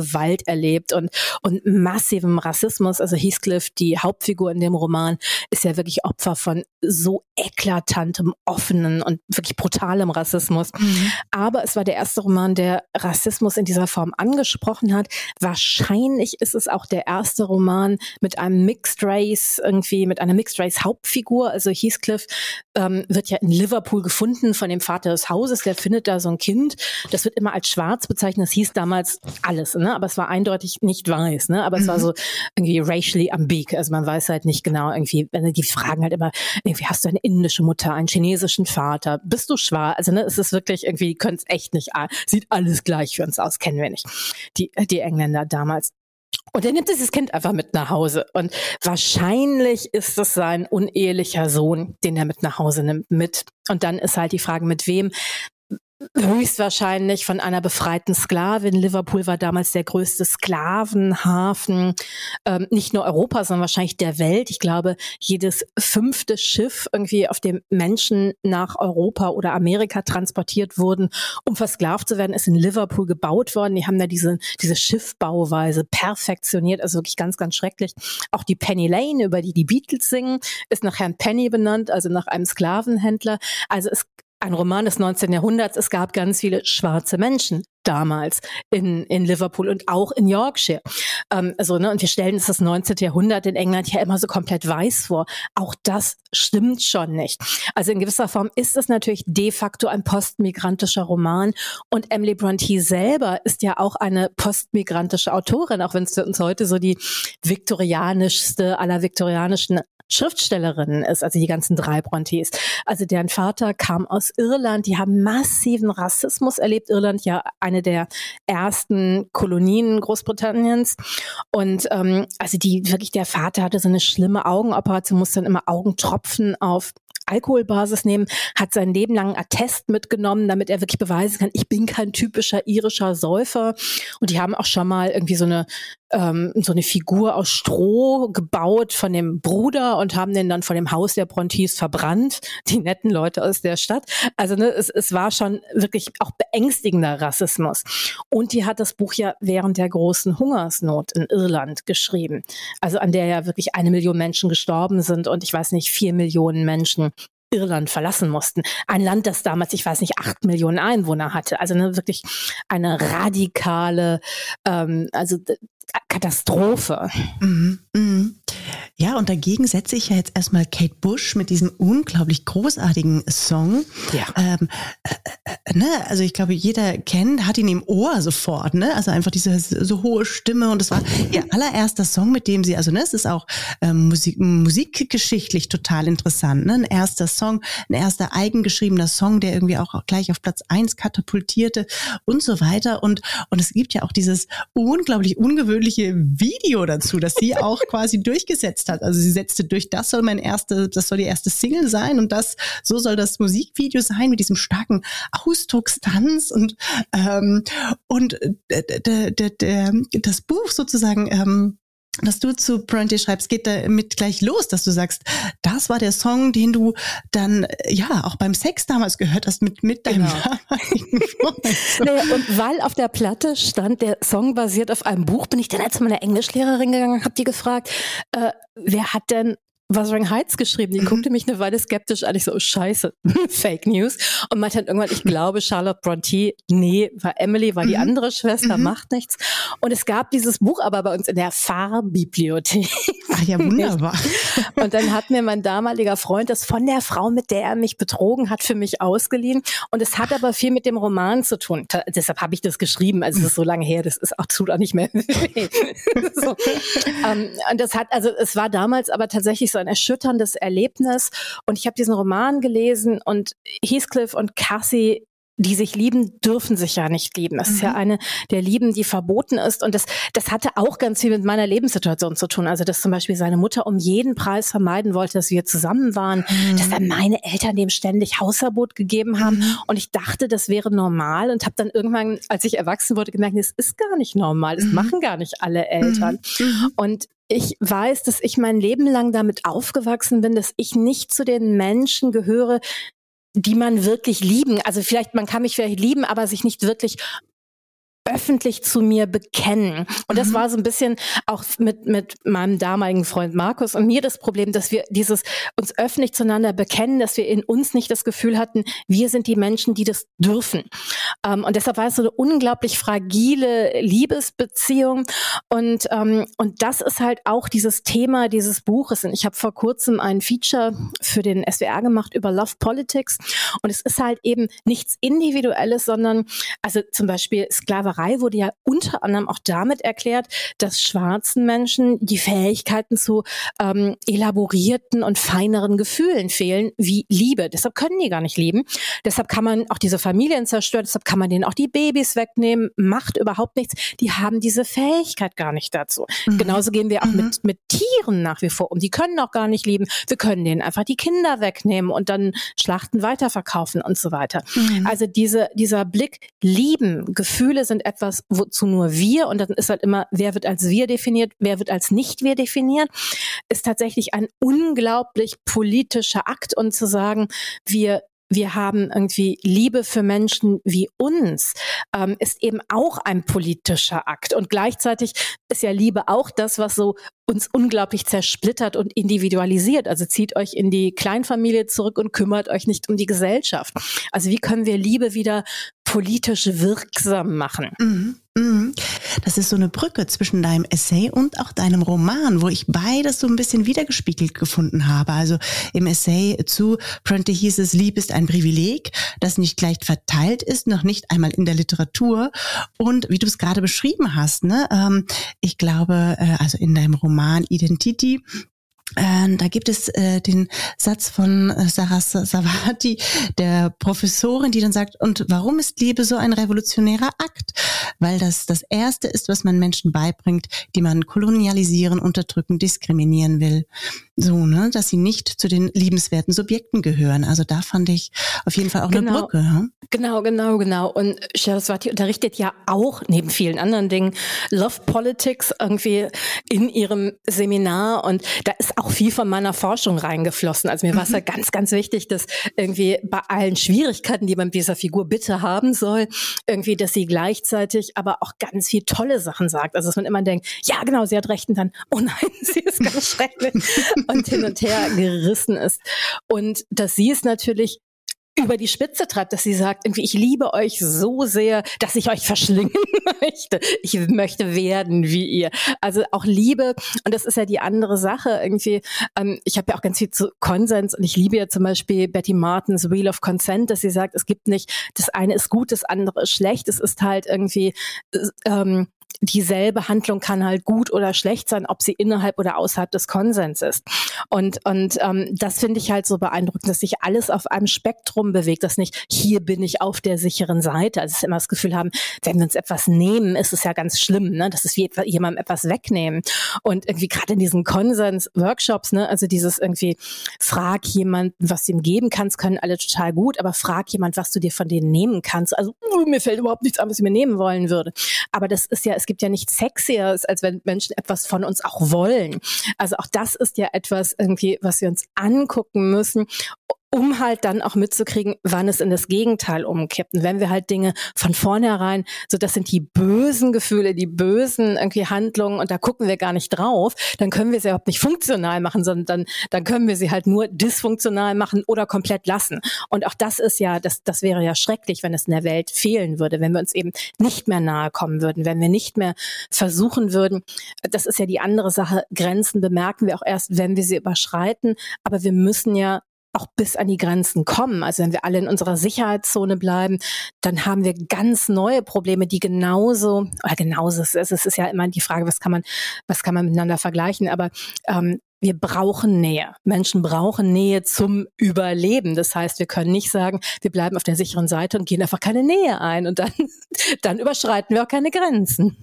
Gewalt erlebt und, und massivem Rassismus. Also Heathcliff, die Hauptfigur in dem Roman, ist ja wirklich Opfer von so eklatantem, offenen und wirklich brutalem Rassismus. Mhm. Aber es war der erste Roman, der Rassismus in dieser Form angesprochen hat. Wahrscheinlich ist es auch der erste Roman mit einem Mixed Race, irgendwie mit einer Mixed Race Hauptfigur. Also Heathcliff ähm, wird ja in Liverpool gefunden von dem Vater des Hauses, der findet da so ein Kind. Das wird immer als schwarz bezeichnet. Das hieß damals alles, ne? Aber es war eindeutig nicht weiß, ne? Aber mhm. es war so irgendwie racially ambig. Also man weiß halt nicht genau irgendwie, die fragen halt immer, irgendwie hast du eine indische Mutter, einen chinesischen Vater, bist du schwarz? Also ne, es ist wirklich irgendwie, können es echt nicht, sieht alles gleich für uns aus, kennen wir nicht. Die, die Engländer damals. Und er nimmt dieses Kind einfach mit nach Hause. Und wahrscheinlich ist es sein unehelicher Sohn, den er mit nach Hause nimmt, mit. Und dann ist halt die Frage, mit wem? Höchstwahrscheinlich von einer befreiten Sklavin. Liverpool war damals der größte Sklavenhafen, ähm, nicht nur Europas, sondern wahrscheinlich der Welt. Ich glaube, jedes fünfte Schiff irgendwie, auf dem Menschen nach Europa oder Amerika transportiert wurden, um versklavt zu werden, ist in Liverpool gebaut worden. Die haben da diese, diese Schiffbauweise perfektioniert, also wirklich ganz, ganz schrecklich. Auch die Penny Lane, über die die Beatles singen, ist nach Herrn Penny benannt, also nach einem Sklavenhändler. Also es ein Roman des neunzehnten Jahrhunderts. Es gab ganz viele schwarze Menschen damals in, in Liverpool und auch in Yorkshire. Ähm, also, ne, und wir stellen uns das neunzehnte Jahrhundert in England ja immer so komplett weiß vor. Auch das stimmt schon nicht. Also in gewisser Form ist es natürlich de facto ein postmigrantischer Roman und Emily Brontë selber ist ja auch eine postmigrantische Autorin, auch wenn es für uns heute so die viktorianischste aller viktorianischen Schriftstellerinnen ist, also die ganzen drei Brontës. Also deren Vater kam aus Irland, die haben massiven Rassismus erlebt. Irland ja eine der ersten Kolonien Großbritanniens. Und ähm, also die wirklich, der Vater hatte so eine schlimme Augenoperation, musste dann immer Augentropfen auf Alkoholbasis nehmen, hat sein Leben lang einen Attest mitgenommen, damit er wirklich beweisen kann, ich bin kein typischer irischer Säufer. Und die haben auch schon mal irgendwie so eine ähm, so eine Figur aus Stroh gebaut von dem Bruder und haben den dann vor dem Haus der Brontës verbrannt, die netten Leute aus der Stadt. Also ne, es, es war schon wirklich auch beängstigender Rassismus. Und die hat das Buch ja während der großen Hungersnot in Irland geschrieben, also an der ja wirklich eine Million Menschen gestorben sind und ich weiß nicht, vier Millionen Menschen Irland verlassen mussten. Ein Land, das damals, ich weiß nicht, acht Millionen Einwohner hatte. Also ne, wirklich eine radikale, ähm, also Katastrophe. Mhm, mhm. Ja, und dagegen setze ich ja jetzt erstmal Kate Bush mit diesem unglaublich großartigen Song. Ja. Ähm, äh, ne? Also ich glaube, jeder kennt, hat ihn im Ohr sofort, ne? Also einfach diese so hohe Stimme und es war ihr allererster Song, mit dem sie, also ne, es ist auch ähm, Musik, musikgeschichtlich total interessant, ne? Ein erster Song, ein erster eigengeschriebener Song, der irgendwie auch gleich auf Platz eins katapultierte und so weiter. Und, und es gibt ja auch dieses unglaublich ungewöhnliche Video dazu, das sie auch quasi durchgesetzt hat. Also sie setzte durch, das soll mein erste, das soll die erste Single sein und das, so soll das Musikvideo sein mit diesem starken Ausdruckstanz und ähm, und d- d- d- d- das Buch sozusagen, ähm, dass du zu Brontë schreibst, geht damit gleich los, dass du sagst, das war der Song, den du dann ja auch beim Sex damals gehört hast mit mit deinem damaligen Freund. Naja, und weil auf der Platte stand, der Song basiert auf einem Buch, bin ich dann zu meiner Englischlehrerin gegangen und habe die gefragt, äh, wer hat denn Wuthering Heights geschrieben? Die mhm. guckte mich eine Weile skeptisch an. Ich so, oh, scheiße, Fake News. Und meinte dann irgendwann, ich glaube, Charlotte Brontë, nee, war Emily, war mhm. die andere Schwester, mhm. macht nichts. Und es gab dieses Buch aber bei uns in der Fahrbibliothek. Ach ja, wunderbar. Und dann hat mir mein damaliger Freund das von der Frau, mit der er mich betrogen hat, für mich ausgeliehen. Und es hat aber viel mit dem Roman zu tun. T- deshalb habe ich das geschrieben. Also es ist so lange her, das ist absolut auch nicht mehr. so. um, und das hat, also es war damals aber tatsächlich so ein erschütterndes Erlebnis. Und ich habe diesen Roman gelesen und Heathcliff und Cassie, die sich lieben, dürfen sich ja nicht lieben. Das mhm. ist ja eine der Lieben, die verboten ist. Und das, das hatte auch ganz viel mit meiner Lebenssituation zu tun. Also, dass zum Beispiel seine Mutter um jeden Preis vermeiden wollte, dass wir zusammen waren, mhm. dass dann meine Eltern dem ständig Hausverbot gegeben haben. Mhm. Und ich dachte, das wäre normal und habe dann irgendwann, als ich erwachsen wurde, gemerkt, es ist gar nicht normal. Das mhm. machen gar nicht alle Eltern. Mhm. Und ich weiß, dass ich mein Leben lang damit aufgewachsen bin, dass ich nicht zu den Menschen gehöre, die man wirklich lieben. Also vielleicht, man kann mich vielleicht lieben, aber sich nicht wirklich öffentlich zu mir bekennen. Und das mhm. war so ein bisschen auch mit, mit meinem damaligen Freund Markus und mir das Problem, dass wir dieses uns öffentlich zueinander bekennen, dass wir in uns nicht das Gefühl hatten, wir sind die Menschen, die das dürfen. Ähm, und deshalb war es so eine unglaublich fragile Liebesbeziehung. Und, ähm, und das ist halt auch dieses Thema dieses Buches. Und ich habe vor kurzem ein Feature für den S W R gemacht über Love Politics. Und es ist halt eben nichts Individuelles, sondern also zum Beispiel Sklaverei wurde ja unter anderem auch damit erklärt, dass schwarzen Menschen die Fähigkeiten zu ähm, elaborierten und feineren Gefühlen fehlen, wie Liebe. Deshalb können die gar nicht lieben. Deshalb kann man auch diese Familien zerstören, deshalb kann man denen auch die Babys wegnehmen, macht überhaupt nichts. Die haben diese Fähigkeit gar nicht dazu. Mhm. Genauso gehen wir auch mhm. mit, mit Tieren nach wie vor um. Die können auch gar nicht lieben. Wir können denen einfach die Kinder wegnehmen und dann Schlachten weiterverkaufen und so weiter. Mhm. Also diese, dieser Blick, lieben, Gefühle sind etwas, wozu nur wir, und dann ist halt immer, wer wird als wir definiert, wer wird als nicht wir definiert, ist tatsächlich ein unglaublich politischer Akt, und zu sagen, wir Wir haben irgendwie Liebe für Menschen wie uns, ähm, ist eben auch ein politischer Akt. Und gleichzeitig ist ja Liebe auch das, was so uns unglaublich zersplittert und individualisiert. Also zieht euch in die Kleinfamilie zurück und kümmert euch nicht um die Gesellschaft. Also wie können wir Liebe wieder politisch wirksam machen? Mhm. Mhm. Das ist so eine Brücke zwischen deinem Essay und auch deinem Roman, wo ich beides so ein bisschen wiedergespiegelt gefunden habe. Also im Essay zu Prenti hieß es, Liebe ist ein Privileg, das nicht gleich verteilt ist, noch nicht einmal in der Literatur. Und wie du es gerade beschrieben hast, ne, ähm, ich glaube, äh, also in deinem Roman Identity, Äh, da gibt es äh, den Satz von äh, Sarah Savati, der Professorin, die dann sagt, und warum ist Liebe so ein revolutionärer Akt? Weil das das Erste ist, was man Menschen beibringt, die man kolonialisieren, unterdrücken, diskriminieren will. So, ne, dass sie nicht zu den liebenswerten Subjekten gehören. Also da fand ich auf jeden Fall auch genau. eine Brücke. Ja? Genau, genau, genau. Und Saraswati unterrichtet ja auch, neben vielen anderen Dingen, Love Politics irgendwie in ihrem Seminar. Und da ist auch viel von meiner Forschung reingeflossen. Also mir war es ja ganz, ganz wichtig, dass irgendwie bei allen Schwierigkeiten, die man mit dieser Figur bitte haben soll, irgendwie, dass sie gleichzeitig aber auch ganz viel tolle Sachen sagt. Also dass man immer denkt, ja genau, sie hat recht, und dann, oh nein, sie ist ganz schrecklich. Und hin und her gerissen ist. Und dass sie es natürlich über die Spitze treibt, dass sie sagt, irgendwie, ich liebe euch so sehr, dass ich euch verschlingen möchte. Ich möchte werden wie ihr. Also auch Liebe, und das ist ja die andere Sache irgendwie. Ähm, ich habe ja auch ganz viel zu Konsens, und ich liebe ja zum Beispiel Betty Martins Wheel of Consent, dass sie sagt, es gibt nicht, das eine ist gut, das andere ist schlecht. Es ist halt irgendwie ähm, dieselbe Handlung kann halt gut oder schlecht sein, ob sie innerhalb oder außerhalb des Konsens ist. Und, und ähm, das finde ich halt so beeindruckend, dass sich alles auf einem Spektrum bewegt, dass nicht, hier bin ich auf der sicheren Seite. Also dass wir immer das Gefühl haben, wenn wir uns etwas nehmen, ist es ja ganz schlimm, ne? Das ist wie etwa, jemandem etwas wegnehmen. Und irgendwie gerade in diesen Konsens-Workshops, ne, also dieses irgendwie, frag jemanden, was du ihm geben kannst, können alle total gut, aber frag jemand, was du dir von denen nehmen kannst. Also uh, mir fällt überhaupt nichts an, was ich mir nehmen wollen würde. Aber das ist ja, es gibt ja nichts Sexieres, als wenn Menschen etwas von uns auch wollen. Also auch das ist ja etwas irgendwie, was wir uns angucken müssen, um halt dann auch mitzukriegen, wann es in das Gegenteil umkippt. Und wenn wir halt Dinge von vornherein, so das sind die bösen Gefühle, die bösen irgendwie Handlungen, und da gucken wir gar nicht drauf, dann können wir sie überhaupt nicht funktional machen, sondern dann, dann können wir sie halt nur dysfunktional machen oder komplett lassen. Und auch das ist ja, das, das wäre ja schrecklich, wenn es in der Welt fehlen würde, wenn wir uns eben nicht mehr nahe kommen würden, wenn wir nicht mehr versuchen würden. Das ist ja die andere Sache. Grenzen bemerken wir auch erst, wenn wir sie überschreiten. Aber wir müssen ja auch bis an die Grenzen kommen. Also wenn wir alle in unserer Sicherheitszone bleiben, dann haben wir ganz neue Probleme, die genauso, oder genauso, es ist, es ist ja immer die Frage, was kann man, was kann man miteinander vergleichen, aber ähm, wir brauchen Nähe. Menschen brauchen Nähe zum Überleben. Das heißt, wir können nicht sagen, wir bleiben auf der sicheren Seite und gehen einfach keine Nähe ein, und dann, dann überschreiten wir auch keine Grenzen.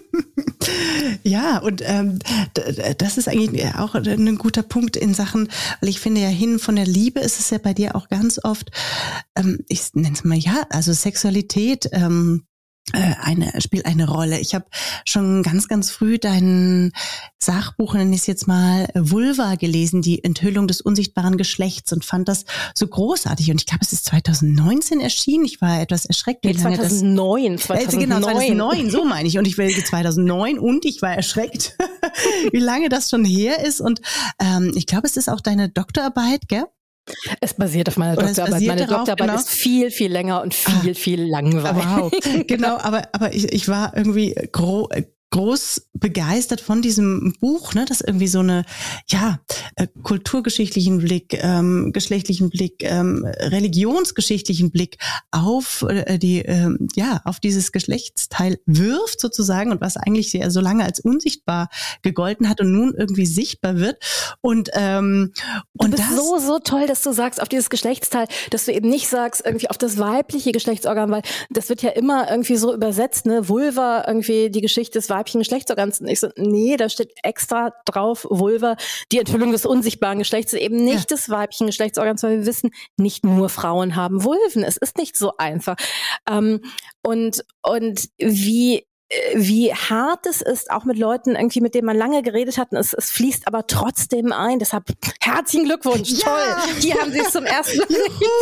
Ja, und ähm, das ist eigentlich auch ein guter Punkt in Sachen, weil ich finde ja, hin von der Liebe ist es ja bei dir auch ganz oft, ähm, ich nenne es mal, ja, also Sexualität, ähm, eine spielt eine Rolle. Ich habe schon ganz, ganz früh dein Sachbuch, nenne ich es jetzt mal, Vulva gelesen, die Enthüllung des unsichtbaren Geschlechts, und fand das so großartig. Und ich glaube, es ist zwanzig neunzehn erschienen. Ich war etwas erschreckt. Nee, zweitausendneun, zweitausendneun. Genau, zweitausendneun, so meine ich. Und ich will zweitausendneun und ich war erschreckt, wie lange das schon her ist. Und ähm, ich glaube, es ist auch deine Doktorarbeit, gell? Es basiert auf meiner Doktorarbeit. Meine darauf, Doktorarbeit genau. ist viel, viel länger und viel, ah, viel langweiliger. Wow, genau, aber, aber ich, ich war irgendwie gro- groß begeistert von diesem Buch, ne, das irgendwie so eine, ja, äh, kulturgeschichtlichen Blick, ähm, geschlechtlichen Blick, ähm, religionsgeschichtlichen Blick auf äh, die, ähm, ja, auf dieses Geschlechtsteil wirft sozusagen, und was eigentlich sehr so lange als unsichtbar gegolten hat und nun irgendwie sichtbar wird. Und ähm, du und bist das so so toll, dass du sagst auf dieses Geschlechtsteil, dass du eben nicht sagst irgendwie auf das weibliche Geschlechtsorgan, weil das wird ja immer irgendwie so übersetzt, ne, Vulva, irgendwie die Geschichte des weiblichen Geschlechtsorgans. Und ich so, nee, da steht extra drauf, Vulva, die Enthüllung des unsichtbaren Geschlechts, eben nicht ja. des weiblichen Geschlechtsorgans, weil wir wissen, nicht nur Frauen haben Vulven. Es ist nicht so einfach. Ähm, und, und wie wie hart es ist, auch mit Leuten irgendwie, mit denen man lange geredet hat, und es, es fließt aber trotzdem ein. Deshalb herzlichen Glückwunsch, ja. Toll. Die haben sich zum ersten Mal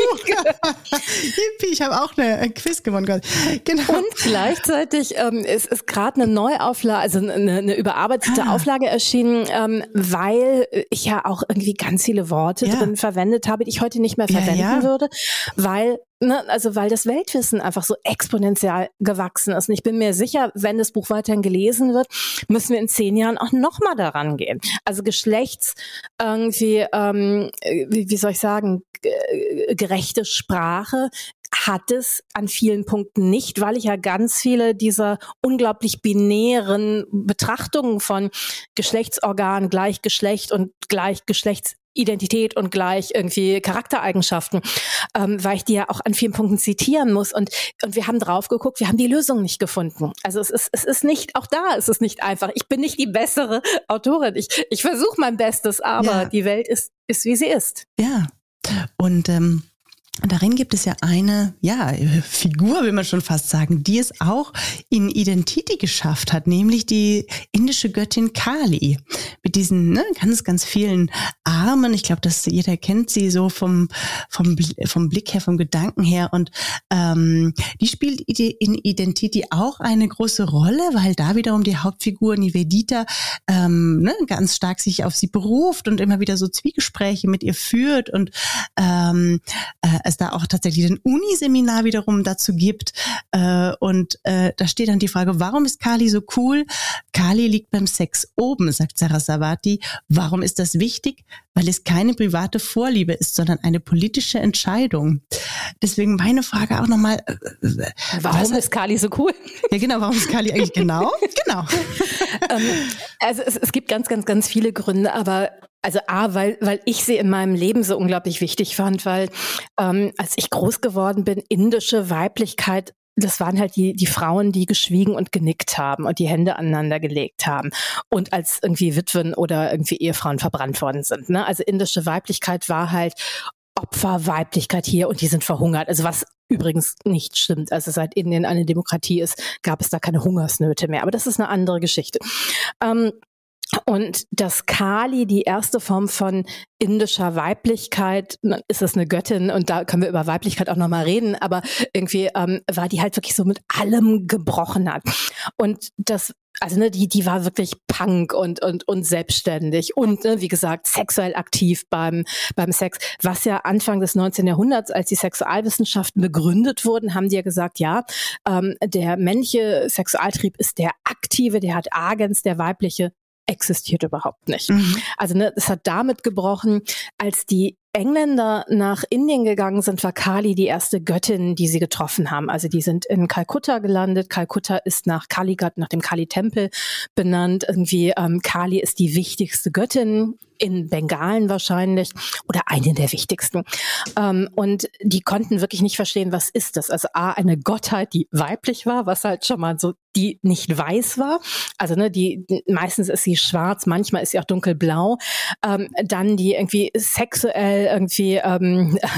Yippie, ich habe auch eine, ein Quiz gewonnen. Genau. Und gleichzeitig ähm, ist, ist gerade eine Neuauflage, also eine, eine überarbeitete ah. Auflage erschienen, ähm, weil ich ja auch irgendwie ganz viele Worte ja. drin verwendet habe, die ich heute nicht mehr verwenden ja, ja. würde, weil Ne, also weil das Weltwissen einfach so exponentiell gewachsen ist. Und ich bin mir sicher, wenn das Buch weiterhin gelesen wird, müssen wir in zehn Jahren auch nochmal daran gehen. Also Geschlechts irgendwie, ähm, wie, wie soll ich sagen, gerechte Sprache hat es an vielen Punkten nicht, weil ich ja ganz viele dieser unglaublich binären Betrachtungen von Geschlechtsorgan, Gleichgeschlecht und Gleichgeschlechtsidentität und gleich irgendwie Charaktereigenschaften, ähm, weil ich die ja auch an vielen Punkten zitieren muss. Und, und wir haben drauf geguckt, wir haben die Lösung nicht gefunden. Also es ist, es ist nicht, auch da ist es nicht einfach. Ich bin nicht die bessere Autorin. Ich, ich versuche mein Bestes, aber ja. die Welt ist, ist, wie sie ist. Ja, und ähm darin gibt es ja eine, ja, Figur, will man schon fast sagen, die es auch in Identity geschafft hat, nämlich die indische Göttin Kali. Mit diesen ne, ganz, ganz vielen Armen. Ich glaube, dass jeder kennt sie so vom, vom, vom Blick her, vom Gedanken her. Und ähm, die spielt in Identity auch eine große Rolle, weil da wiederum die Hauptfigur Nivedita ähm, ne, ganz stark sich auf sie beruft und immer wieder so Zwiegespräche mit ihr führt und ähm, äh, es da auch tatsächlich ein Uniseminar wiederum dazu gibt. Äh, und äh, da steht dann die Frage, warum ist Kali so cool? Kali liegt beim Sex oben, sagt Saraswati. Warum ist das wichtig? Weil es keine private Vorliebe ist, sondern eine politische Entscheidung. Deswegen meine Frage auch nochmal. Äh, warum ist Kali so cool? Ja genau, warum ist Kali eigentlich genau? Genau. ähm, also es, es gibt ganz, ganz, ganz viele Gründe, aber also A, weil weil ich sie in meinem Leben so unglaublich wichtig fand, weil ähm, als ich groß geworden bin, indische Weiblichkeit, das waren halt die die Frauen, die geschwiegen und genickt haben und die Hände aneinander gelegt haben und als irgendwie Witwen oder irgendwie Ehefrauen verbrannt worden sind. Ne? Also indische Weiblichkeit war halt Opferweiblichkeit hier und die sind verhungert. Also was übrigens nicht stimmt. Also seit Indien eine Demokratie ist, gab es da keine Hungersnöte mehr. Aber das ist eine andere Geschichte. Ähm, Und dass Kali die erste Form von indischer Weiblichkeit, ist es eine Göttin und da können wir über Weiblichkeit auch nochmal reden, aber irgendwie ähm, war die halt wirklich so mit allem gebrochen hat. Und das, also ne, die die war wirklich Punk und und und selbstständig und ne, wie gesagt sexuell aktiv beim beim Sex. Was ja Anfang des neunzehnten Jahrhunderts, als die Sexualwissenschaften begründet wurden, haben die ja gesagt, ja, ähm, der männliche Sexualtrieb ist der aktive, der hat Agens, der weibliche existiert überhaupt nicht. Mhm. Also ne, es hat damit gebrochen, als die Engländer nach Indien gegangen sind, war Kali die erste Göttin, die sie getroffen haben. Also die sind in Kalkutta gelandet. Kalkutta ist nach Kalighat, nach dem Kali-Tempel benannt. Irgendwie ähm, Kali ist die wichtigste Göttin in Bengalen wahrscheinlich oder eine der wichtigsten. Ähm, und die konnten wirklich nicht verstehen, was ist das? Also A, eine Gottheit, die weiblich war, was halt schon mal so, die nicht weiß war. Also ne, die meistens ist sie schwarz, manchmal ist sie auch dunkelblau. Ähm, dann die irgendwie sexuell irgendwie ähm,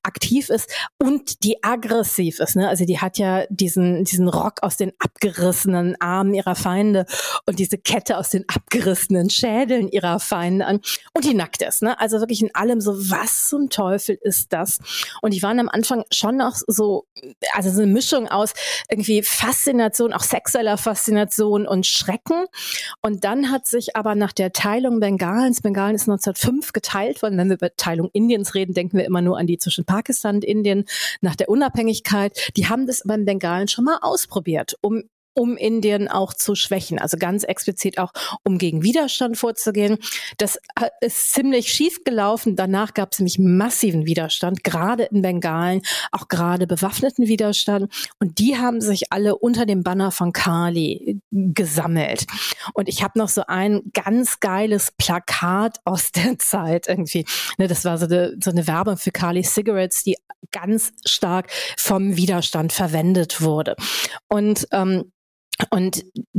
aktiv ist und die aggressiv ist. Ne? Also die hat ja diesen, diesen Rock aus den abgerissenen Armen ihrer Feinde und diese Kette aus den abgerissenen Schädeln ihrer Feinde an und die nackt ist. Ne? Also wirklich in allem so, was zum Teufel ist das? Und die waren am Anfang schon noch so, also so eine Mischung aus irgendwie Faszination, auch sexueller Faszination und Schrecken. Und dann hat sich aber nach der Teilung Bengalens, Bengalen ist neunzehnhundertfünf geteilt worden, wenn wir über Teilung Indiens reden, denken wir immer nur an die zwischen Pakistan und Indien nach der Unabhängigkeit. Die haben das beim Bengalen schon mal ausprobiert, um um Indien auch zu schwächen, also ganz explizit auch, um gegen Widerstand vorzugehen. Das ist ziemlich schief gelaufen. Danach gab es nämlich massiven Widerstand, gerade in Bengalen, auch gerade bewaffneten Widerstand. Und die haben sich alle unter dem Banner von Kali gesammelt. Und ich habe noch so ein ganz geiles Plakat aus der Zeit irgendwie. Das war so eine, so eine Werbung für Kali Cigarettes, die ganz stark vom Widerstand verwendet wurde. Und ähm, Und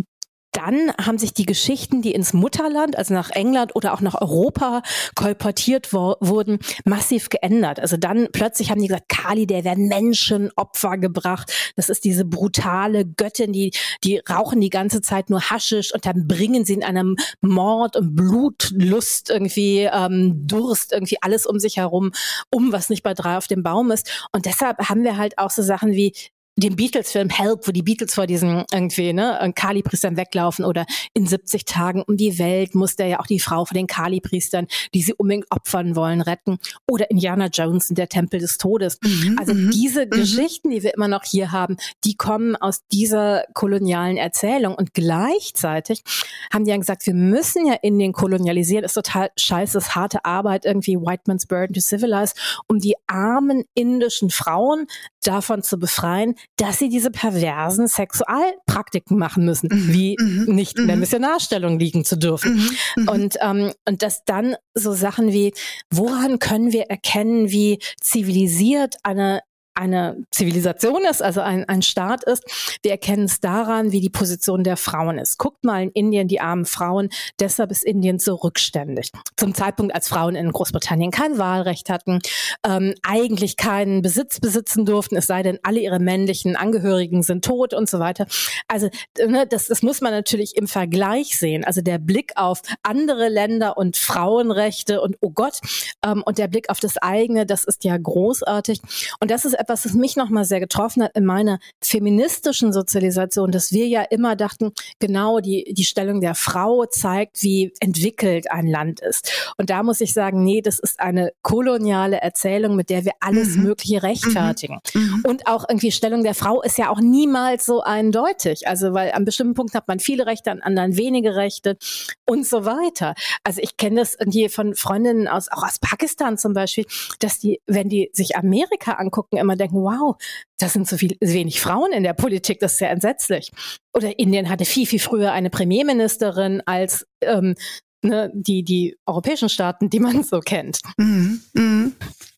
dann haben sich die Geschichten, die ins Mutterland, also nach England oder auch nach Europa kolportiert wo- wurden, massiv geändert. Also dann plötzlich haben die gesagt, Kali, der werden Menschenopfer gebracht. Das ist diese brutale Göttin, die die rauchen die ganze Zeit nur Haschisch und dann bringen sie in einem Mord und Blutlust irgendwie, ähm, Durst, irgendwie alles um sich herum, um was nicht bei drei auf dem Baum ist. Und deshalb haben wir halt auch so Sachen wie den Beatles-Film Help, wo die Beatles vor diesen irgendwie, ne, Kali-Priestern weglaufen, oder in siebzig Tagen um die Welt muss der ja auch die Frau von den Kali-Priestern, die sie unbedingt opfern wollen, retten. Oder Indiana Jones in der Tempel des Todes. Mhm, also m- diese m- Geschichten, die wir immer noch hier haben, die kommen aus dieser kolonialen Erzählung. Und gleichzeitig haben die ja gesagt, wir müssen ja Indien kolonialisieren. Das ist total scheiße, das ist harte Arbeit, irgendwie White Man's Burden to Civilize, um die armen indischen Frauen davon zu befreien, dass sie diese perversen Sexualpraktiken machen müssen, mhm, wie mhm, nicht in der Missionarstellung liegen zu dürfen. Mhm, und ähm, und dass dann so Sachen wie, woran können wir erkennen, wie zivilisiert eine eine Zivilisation ist, also ein, ein Staat ist. Wir erkennen es daran, wie die Position der Frauen ist. Guckt mal in Indien, die armen Frauen, deshalb ist Indien so rückständig. Zum Zeitpunkt, als Frauen in Großbritannien kein Wahlrecht hatten, ähm, eigentlich keinen Besitz besitzen durften, es sei denn, alle ihre männlichen Angehörigen sind tot und so weiter. Also ne, das, das muss man natürlich im Vergleich sehen. Also der Blick auf andere Länder und Frauenrechte und oh Gott, ähm, und der Blick auf das eigene, das ist ja großartig. Und das ist etwas, das mich nochmal sehr getroffen hat in meiner feministischen Sozialisation, dass wir ja immer dachten, genau die, die Stellung der Frau zeigt, wie entwickelt ein Land ist. Und da muss ich sagen, nee, das ist eine koloniale Erzählung, mit der wir alles mhm. Mögliche rechtfertigen. Mhm. Und auch irgendwie Stellung der Frau ist ja auch niemals so eindeutig. Also, weil an bestimmten Punkten hat man viele Rechte, an anderen wenige Rechte und so weiter. Also ich kenne das irgendwie von Freundinnen aus, auch aus Pakistan zum Beispiel, dass die, wenn die sich Amerika angucken, immer denken, wow, das sind so viel, wenig Frauen in der Politik, das ist ja entsetzlich. Oder Indien hatte viel, viel früher eine Premierministerin als ähm, ne, die, die europäischen Staaten, die man so kennt. Mhm. Mhm.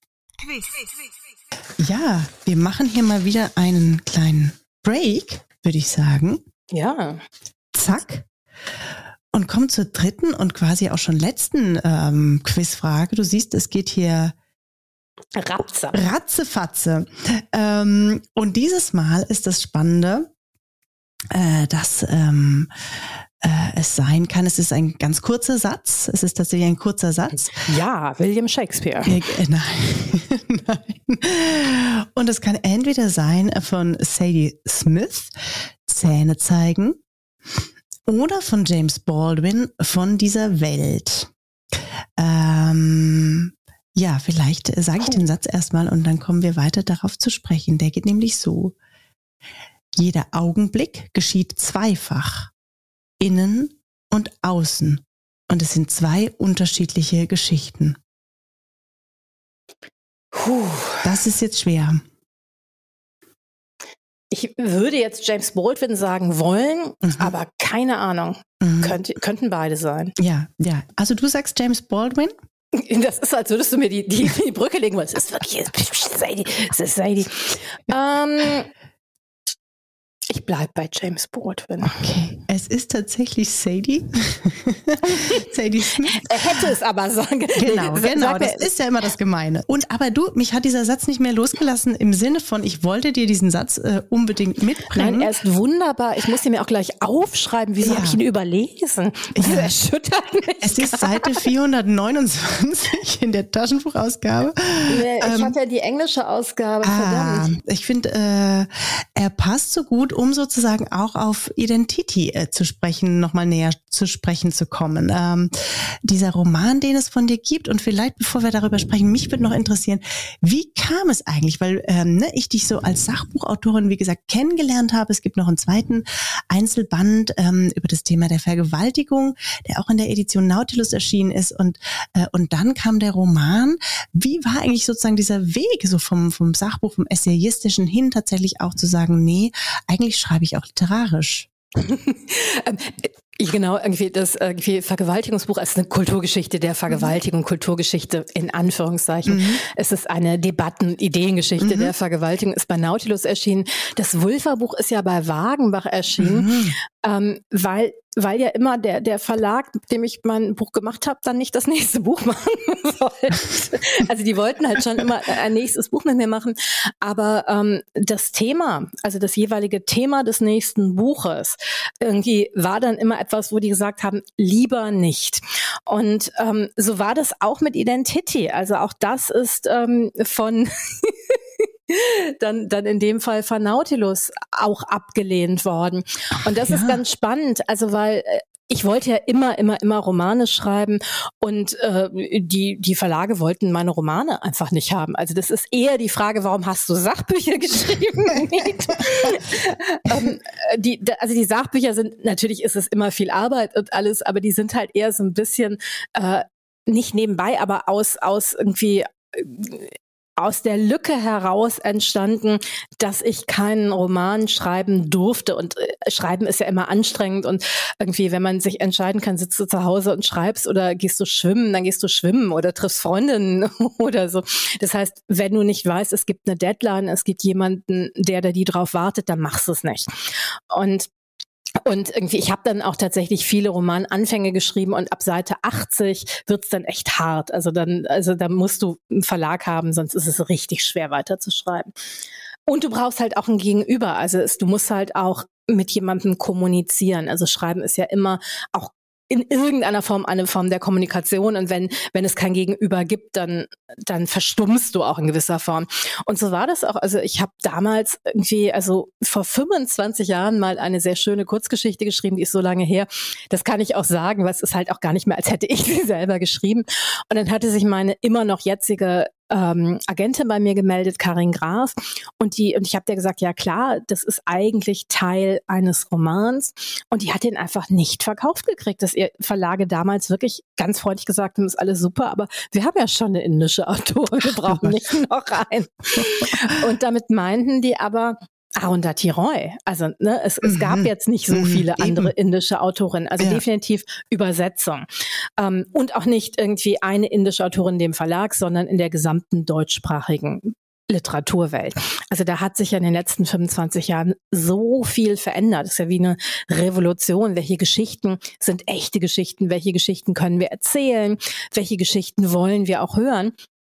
Ja, wir machen hier mal wieder einen kleinen Break, würde ich sagen. Ja. Zack. Und kommen zur dritten und quasi auch schon letzten ähm, Quizfrage. Du siehst, es geht hier Ratze. Ratzefatze. Ähm, und dieses Mal ist das Spannende, äh, dass ähm, äh, es sein kann, es ist ein ganz kurzer Satz. Es ist tatsächlich ein kurzer Satz. Ja, William Shakespeare. Äh, äh, nein. nein. Und es kann entweder sein von Sadie Smith, Zähne zeigen, oder von James Baldwin, von dieser Welt. Ähm... Ja, vielleicht sage ich den Satz erstmal und dann kommen wir weiter darauf zu sprechen. Der geht nämlich so. Jeder Augenblick geschieht zweifach. Innen und außen. Und es sind zwei unterschiedliche Geschichten. Puh. Das ist jetzt schwer. Ich würde jetzt James Baldwin sagen wollen, mhm. aber keine Ahnung. Mhm. Könnt, könnten beide sein. Ja, ja. Also du sagst James Baldwin? Das ist, als würdest du mir die, die, die Brücke legen wollen. Es ist wirklich, es ist Sadie, es ist Sadie. Ähm, ich ich bleib bei James Baldwin. Okay, es ist tatsächlich Sadie. Sadie Smith. Er hätte es aber sagen. Genau, nee, genau, sag das ist ja immer das Gemeine. Und aber du, mich hat dieser Satz nicht mehr losgelassen im Sinne von, ich wollte dir diesen Satz äh, unbedingt mitbringen. Nein, er ist wunderbar. Ich muss ihn mir auch gleich aufschreiben. Wieso ja. habe ich ihn überlesen? Das ja. erschüttert mich. Es ist Seite vierhundertneunundzwanzig in der Taschenbuchausgabe. Nee, ich ähm, hatte ja die englische Ausgabe, ah, verdammt. Ich finde, äh, er passt so gut, um sozusagen auch auf Identity äh, zu sprechen, nochmal näher zu sprechen zu kommen. Ähm, dieser Roman, den es von dir gibt, und vielleicht, bevor wir darüber sprechen, mich würde noch interessieren, wie kam es eigentlich, weil ähm, ne, ich dich so als Sachbuchautorin, wie gesagt, kennengelernt habe. Es gibt noch einen zweiten Einzelband ähm, über das Thema der Vergewaltigung, der auch in der Edition Nautilus erschienen ist, und äh, und dann kam der Roman. Wie war eigentlich sozusagen dieser Weg so vom vom Sachbuch, vom Essayistischen hin tatsächlich auch zu sagen, nee, eigentlich schreibe ich auch literarisch? Genau, irgendwie das irgendwie Vergewaltigungsbuch ist eine Kulturgeschichte der Vergewaltigung, mhm. Kulturgeschichte in Anführungszeichen. Mhm. Es ist eine Debatten-Ideengeschichte mhm. der Vergewaltigung, ist bei Nautilus erschienen. Das Wulfer-Buch ist ja bei Wagenbach erschienen, mhm. ähm, weil weil ja immer der der Verlag, mit dem ich mein Buch gemacht habe, dann nicht das nächste Buch machen wollte. Also die wollten halt schon immer ein nächstes Buch mit mir machen, aber ähm, das Thema, also das jeweilige Thema des nächsten Buches, irgendwie war dann immer etwas, wo die gesagt haben, lieber nicht. Und ähm, so war das auch mit Identity. Also auch das ist ähm, von dann dann in dem Fall von Nautilus auch abgelehnt worden. Und das ja. ist ganz spannend, also weil ich wollte ja immer, immer, immer Romane schreiben, und äh, die die Verlage wollten meine Romane einfach nicht haben. Also das ist eher die Frage, warum hast du Sachbücher geschrieben? ähm, die, also die Sachbücher sind, natürlich ist es immer viel Arbeit und alles, aber die sind halt eher so ein bisschen äh, nicht nebenbei, aber aus aus irgendwie äh, aus der Lücke heraus entstanden, dass ich keinen Roman schreiben durfte. Und äh, Schreiben ist ja immer anstrengend, und irgendwie, wenn man sich entscheiden kann, sitzt du zu Hause und schreibst oder gehst du schwimmen, dann gehst du schwimmen oder triffst Freundinnen oder so. Das heißt, wenn du nicht weißt, es gibt eine Deadline, es gibt jemanden, der da die drauf wartet, dann machst du es nicht. Und Und irgendwie, ich habe dann auch tatsächlich viele Romananfänge geschrieben, und ab Seite achtzig wird's dann echt hart. Also dann, also da musst du einen Verlag haben, sonst ist es richtig schwer weiterzuschreiben. Und du brauchst halt auch ein Gegenüber. Also es, du musst halt auch mit jemandem kommunizieren. Also Schreiben ist ja immer auch in irgendeiner Form eine Form der Kommunikation, und wenn wenn es kein Gegenüber gibt, dann dann verstummst du auch in gewisser Form. Und so war das auch. Also ich habe damals irgendwie, also vor fünfundzwanzig Jahren mal eine sehr schöne Kurzgeschichte geschrieben, die ist so lange her. Das kann ich auch sagen, weil es ist halt auch gar nicht mehr, als hätte ich sie selber geschrieben. Und dann hatte sich meine immer noch jetzige ähm, Agentin bei mir gemeldet, Karin Graf, und die und ich habe der gesagt, ja klar, das ist eigentlich Teil eines Romans, und die hat den einfach nicht verkauft gekriegt, dass ihr Verlage damals wirklich ganz freundlich gesagt haben, ist alles super, aber wir haben ja schon eine indische Autorin, wir brauchen nicht noch einen. Und damit meinten die aber Arundhati Roy. Also ne, es, es gab jetzt nicht so viele mhm, andere eben. indische Autorinnen. Also ja. definitiv Übersetzung. Ähm, und auch nicht irgendwie eine indische Autorin in dem Verlag, sondern in der gesamten deutschsprachigen Literaturwelt. Also da hat sich ja in den letzten fünfundzwanzig Jahren so viel verändert. Das ist ja wie eine Revolution. Welche Geschichten sind echte Geschichten? Welche Geschichten können wir erzählen? Welche Geschichten wollen wir auch hören?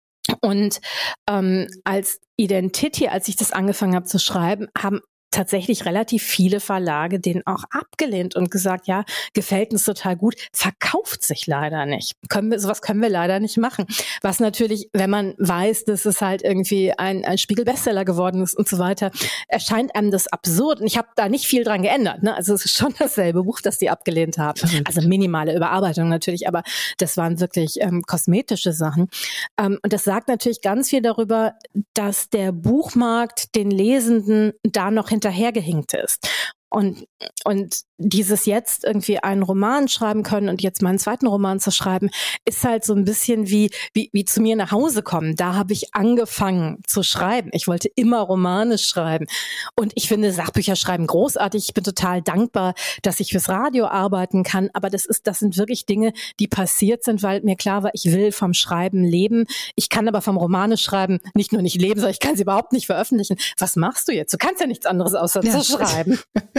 Und ähm, als Identity, als ich das angefangen habe zu schreiben, haben tatsächlich relativ viele Verlage den auch abgelehnt und gesagt, ja, gefällt uns total gut, verkauft sich leider nicht. Können wir, sowas können wir leider nicht machen. Was natürlich, wenn man weiß, dass es halt irgendwie ein, ein Spiegel-Bestseller geworden ist und so weiter, erscheint einem das absurd. Und ich habe da nicht viel dran geändert. Ne? Also es ist schon dasselbe Buch, das die abgelehnt haben. Also minimale Überarbeitung natürlich, aber das waren wirklich ähm, kosmetische Sachen. Ähm, und das sagt natürlich ganz viel darüber, dass der Buchmarkt den Lesenden da noch hinterhergehinkt ist. und, und dieses jetzt irgendwie einen Roman schreiben können und jetzt meinen zweiten Roman zu schreiben, ist halt so ein bisschen wie, wie, wie zu mir nach Hause kommen. Da habe ich angefangen zu schreiben. Ich wollte immer Romane schreiben. Und ich finde Sachbücher schreiben großartig. Ich bin total dankbar, dass ich fürs Radio arbeiten kann. Aber das ist, das sind wirklich Dinge, die passiert sind, weil mir klar war, ich will vom Schreiben leben. Ich kann aber vom Romane schreiben nicht nur nicht leben, sondern ich kann sie überhaupt nicht veröffentlichen. Was machst du jetzt? Du kannst ja nichts anderes außer ja. zu schreiben.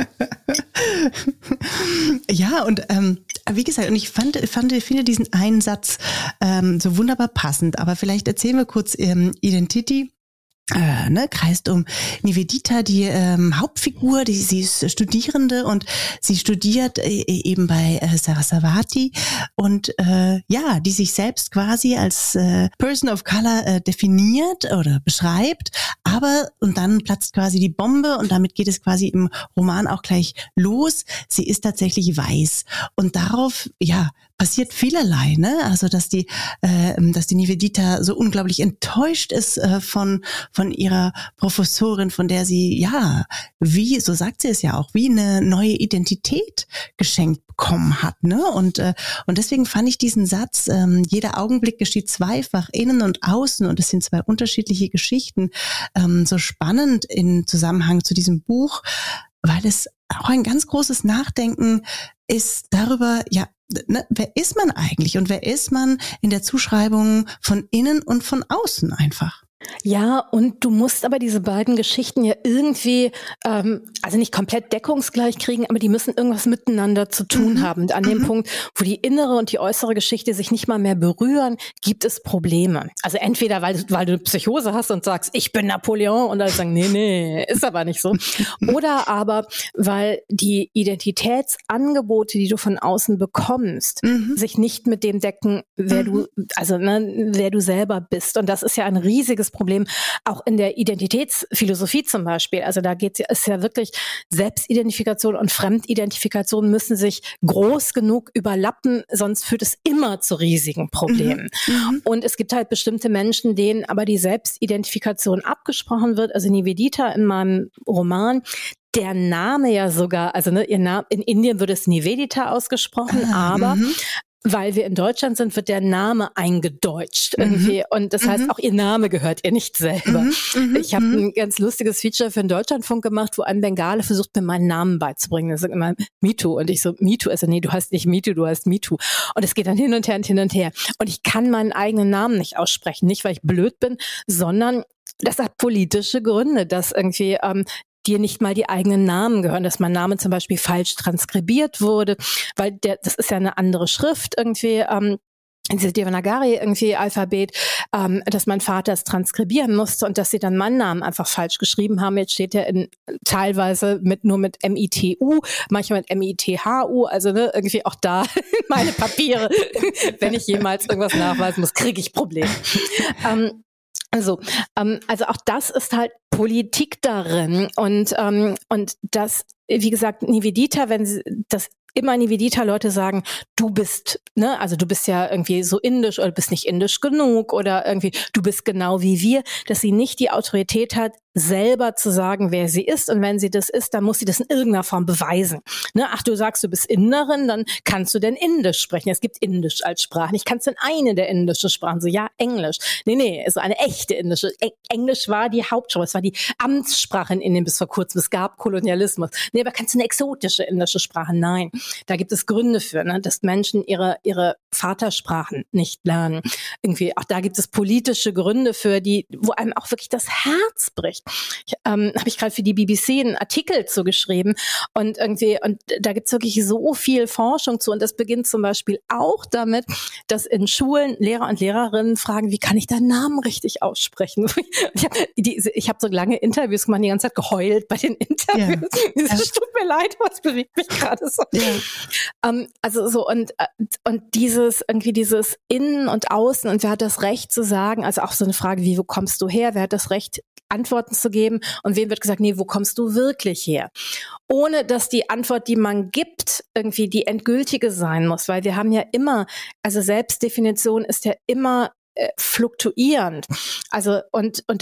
Ja, und ähm, wie gesagt, und ich fand, fand, finde diesen einen Satz ähm, so wunderbar passend. Aber vielleicht erzählen wir kurz ähm, Identity. Äh, ne, kreist um Nivedita, die ähm, Hauptfigur, die sie ist Studierende und sie studiert äh, eben bei äh, Saraswati und äh, ja, die sich selbst quasi als äh, Person of Color äh, definiert oder beschreibt, aber und dann platzt quasi die Bombe und damit geht es quasi im Roman auch gleich los. Sie ist tatsächlich weiß und darauf, ja, passiert vielerlei, ne? Also dass die, äh, dass die Nivedita so unglaublich enttäuscht ist äh, von von ihrer Professorin, von der sie ja, wie, so sagt sie es ja auch, wie eine neue Identität geschenkt bekommen hat, ne? Und äh, und deswegen fand ich diesen Satz: ähm, Jeder Augenblick geschieht zweifach, innen und außen, und es sind zwei unterschiedliche Geschichten, ähm, so spannend in Zusammenhang zu diesem Buch, weil es auch ein ganz großes Nachdenken ist darüber, ja, ne, wer ist man eigentlich und wer ist man in der Zuschreibung von innen und von außen einfach. Ja, und du musst aber diese beiden Geschichten ja irgendwie, ähm, also nicht komplett deckungsgleich kriegen, aber die müssen irgendwas miteinander zu tun mhm. haben. Und an mhm. dem Punkt, wo die innere und die äußere Geschichte sich nicht mal mehr berühren, gibt es Probleme. Also entweder, weil, weil du eine Psychose hast und sagst, ich bin Napoleon, und alle sagen, nee, nee, ist aber nicht so. Oder aber, weil die Identitätsangebote, die du von außen bekommst, mhm. sich nicht mit dem decken, wer mhm. du, also ne, wer du selber bist. Und das ist ja ein riesiges Problem, auch in der Identitätsphilosophie zum Beispiel. Also da geht es ja wirklich, Selbstidentifikation und Fremdidentifikation müssen sich groß genug überlappen, sonst führt es immer zu riesigen Problemen. Mhm. Und es gibt halt bestimmte Menschen, denen aber die Selbstidentifikation abgesprochen wird. Also Nivedita in meinem Roman, der Name ja sogar, also ne, ihr Name, in Indien wird es Nivedita ausgesprochen, ah, aber m- weil wir in Deutschland sind, wird der Name eingedeutscht irgendwie. Mhm. Und das heißt, mhm. auch ihr Name gehört ihr nicht selber. Mhm. Ich habe mhm. ein ganz lustiges Feature für den Deutschlandfunk gemacht, wo ein Bengale versucht, mir meinen Namen beizubringen. Das sagt immer MeToo. Und ich so, MeToo? Also nee, du heißt nicht MeToo, du heißt MeToo. Und es geht dann hin und her und hin und her. Und ich kann meinen eigenen Namen nicht aussprechen. Nicht, weil ich blöd bin, sondern das hat politische Gründe, dass irgendwie ähm, dir nicht mal die eigenen Namen gehören, dass mein Name zum Beispiel falsch transkribiert wurde, weil der, das ist ja eine andere Schrift irgendwie, ähm, diese Devanagari irgendwie Alphabet, ähm, dass mein Vater es transkribieren musste und dass sie dann meinen Namen einfach falsch geschrieben haben. Jetzt steht er in teilweise mit nur mit M I T U, manchmal mit M I T H U, also ne, irgendwie auch da meine Papiere. Wenn ich jemals irgendwas nachweisen muss, kriege ich Probleme. Ähm, Also, ähm, also auch das ist halt Politik darin und ähm, und das, wie gesagt, Nivedita, wenn sie das immer Nivedita-Leute sagen, du bist, ne, also du bist ja irgendwie so indisch oder bist nicht indisch genug oder irgendwie du bist genau wie wir, dass sie nicht die Autorität hat, selber zu sagen, wer sie ist, und wenn sie das ist, dann muss sie das in irgendeiner Form beweisen. Ne? Ach, du sagst, du bist Inderin, dann kannst du denn Indisch sprechen. Es gibt Indisch als Sprache. Ich kannst denn eine der indischen Sprachen? So, ja, Englisch. Nee, nee, so eine echte indische. Englisch war die Hauptsprache, es war die Amtssprache in Indien bis vor kurzem. Es gab Kolonialismus. Nee, aber kannst du eine exotische indische Sprache? Nein. Da gibt es Gründe für, ne? Dass Menschen ihre ihre Vatersprachen nicht lernen. Irgendwie, auch da gibt es politische Gründe für, die, wo einem auch wirklich das Herz bricht. Ich, ähm, habe ich gerade für die B B C einen Artikel zu geschrieben und irgendwie, und da gibt's wirklich so viel Forschung zu, und das beginnt zum Beispiel auch damit, dass in Schulen Lehrer und Lehrerinnen fragen, wie kann ich deinen Namen richtig aussprechen? Ich habe hab so lange Interviews gemacht, die ganze Zeit geheult bei den Interviews. Es ja. tut mir leid, was bewegt mich gerade so. Ja. Ähm, also so, und und dieses, irgendwie dieses Innen und Außen, und wer hat das Recht zu sagen, also auch so eine Frage wie, wo kommst du her? Wer hat das Recht, Antworten zu geben, und wem wird gesagt, nee, wo kommst du wirklich her? Ohne dass die Antwort, die man gibt, irgendwie die endgültige sein muss, weil wir haben ja immer, also Selbstdefinition ist ja immer äh, fluktuierend. Also und und das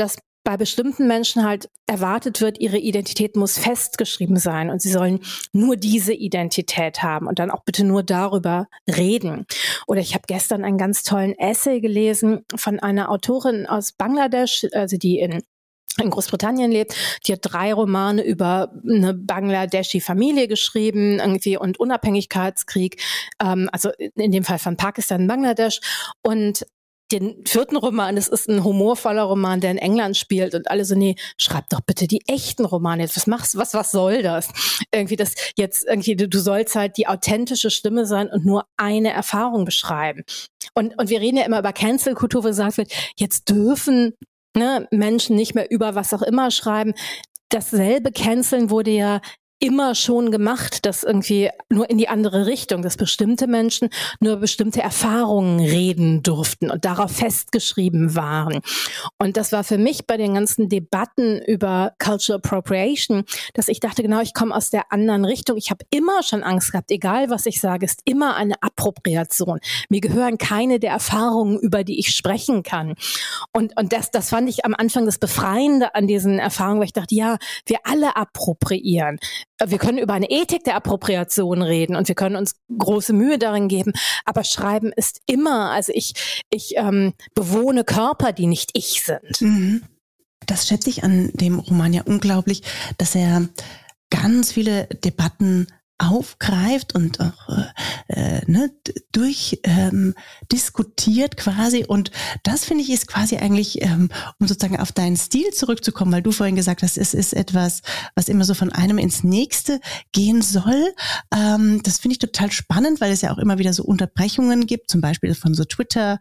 bei bestimmten Menschen halt erwartet wird, ihre Identität muss festgeschrieben sein und sie sollen nur diese Identität haben und dann auch bitte nur darüber reden. Oder ich habe gestern einen ganz tollen Essay gelesen von einer Autorin aus Bangladesch, also die in in Großbritannien lebt. Die hat drei Romane über eine Bangladeschi-Familie geschrieben, irgendwie und Unabhängigkeitskrieg, ähm, also in dem Fall von Pakistan und Bangladesch. Und den vierten Roman, das ist ein humorvoller Roman, der in England spielt und alle so, nee, schreib doch bitte die echten Romane jetzt. Was machst du? Was, was soll das? Irgendwie das jetzt irgendwie, du, du sollst halt die authentische Stimme sein und nur eine Erfahrung beschreiben. Und, und wir reden ja immer über Cancel-Kultur, wo gesagt wird, jetzt dürfen Ne, Menschen nicht mehr über was auch immer schreiben. Dasselbe Canceln wurde ja immer schon gemacht, dass irgendwie nur in die andere Richtung, dass bestimmte Menschen nur bestimmte Erfahrungen reden durften und darauf festgeschrieben waren. Und das war für mich bei den ganzen Debatten über Cultural Appropriation, dass ich dachte, genau, ich komme aus der anderen Richtung. Ich habe immer schon Angst gehabt, egal was ich sage, ist immer eine Appropriation. Mir gehören keine der Erfahrungen, über die ich sprechen kann. Und, und das, das fand ich am Anfang das Befreiende an diesen Erfahrungen, weil ich dachte, ja, wir alle appropriieren. Wir können über eine Ethik der Appropriation reden und wir können uns große Mühe darin geben, aber Schreiben ist immer, also ich, ich ähm, bewohne Körper, die nicht ich sind. Mhm. Das schätze ich an dem Roman ja unglaublich, dass er ganz viele Debatten aufgreift und auch äh, ne, durch ähm, diskutiert quasi, und das finde ich ist quasi eigentlich, ähm, um sozusagen auf deinen Stil zurückzukommen, weil du vorhin gesagt hast, es ist etwas, was immer so von einem ins nächste gehen soll. Ähm, das finde ich total spannend, weil es ja auch immer wieder so Unterbrechungen gibt, zum Beispiel von so Twitter,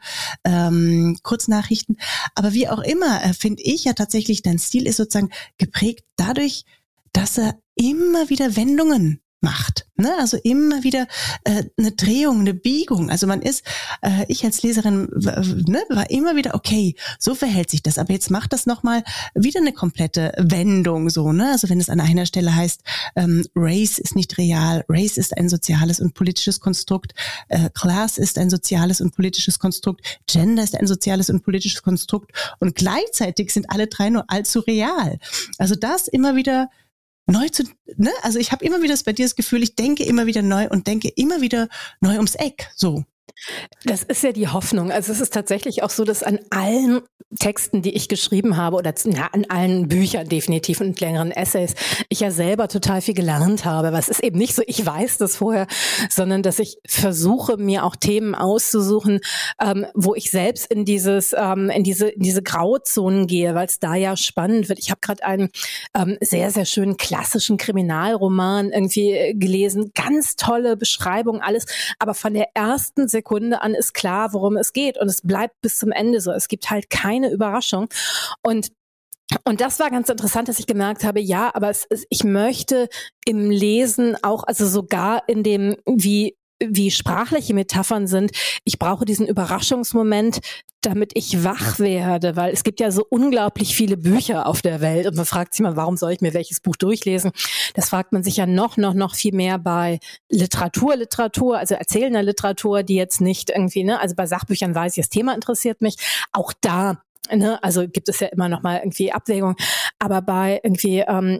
ähm, Kurznachrichten. Aber wie auch immer, äh, finde ich ja tatsächlich, dein Stil ist sozusagen geprägt dadurch, dass er immer wieder Wendungen macht, ne? Also immer wieder äh, eine Drehung, eine Biegung. Also man ist, äh, ich als Leserin ne, war immer wieder, okay, so verhält sich das, aber jetzt macht das nochmal wieder eine komplette Wendung, so, ne? Also wenn es an einer Stelle heißt, ähm, Race ist nicht real, Race ist ein soziales und politisches Konstrukt, äh, Class ist ein soziales und politisches Konstrukt, Gender ist ein soziales und politisches Konstrukt und gleichzeitig sind alle drei nur allzu real. Also das immer wieder neu zu, ne? Also ich habe immer wieder das bei dir das Gefühl, ich denke immer wieder neu und denke immer wieder neu ums Eck, so. Das ist ja die Hoffnung. Also es ist tatsächlich auch so, dass an allen Texten, die ich geschrieben habe, oder ja, an allen Büchern definitiv und längeren Essays, ich ja selber total viel gelernt habe. Aber es ist eben nicht so, ich weiß das vorher, sondern dass ich versuche, mir auch Themen auszusuchen, ähm, wo ich selbst in dieses, ähm, in diese, in diese Grauzonen gehe, weil es da ja spannend wird. Ich habe gerade einen ähm, sehr, sehr schönen klassischen Kriminalroman irgendwie gelesen. Ganz tolle Beschreibung, alles. Aber von der ersten Sekunde an ist klar, worum es geht. Und es bleibt bis zum Ende so. Es gibt halt keine Überraschung. Und Und das war ganz interessant, dass ich gemerkt habe, ja, aber es ist, ich möchte im Lesen auch, also sogar in dem, wie wie sprachliche Metaphern sind, ich brauche diesen Überraschungsmoment, damit ich wach werde, weil es gibt ja so unglaublich viele Bücher auf der Welt und man fragt sich mal, warum soll ich mir welches Buch durchlesen? Das fragt man sich ja noch, noch, noch viel mehr bei Literatur, Literatur, also erzählender Literatur, die jetzt nicht irgendwie, ne, also bei Sachbüchern weiß ich, das Thema interessiert mich, auch da, ne, also gibt es ja immer noch mal irgendwie Abwägung, aber bei irgendwie ähm,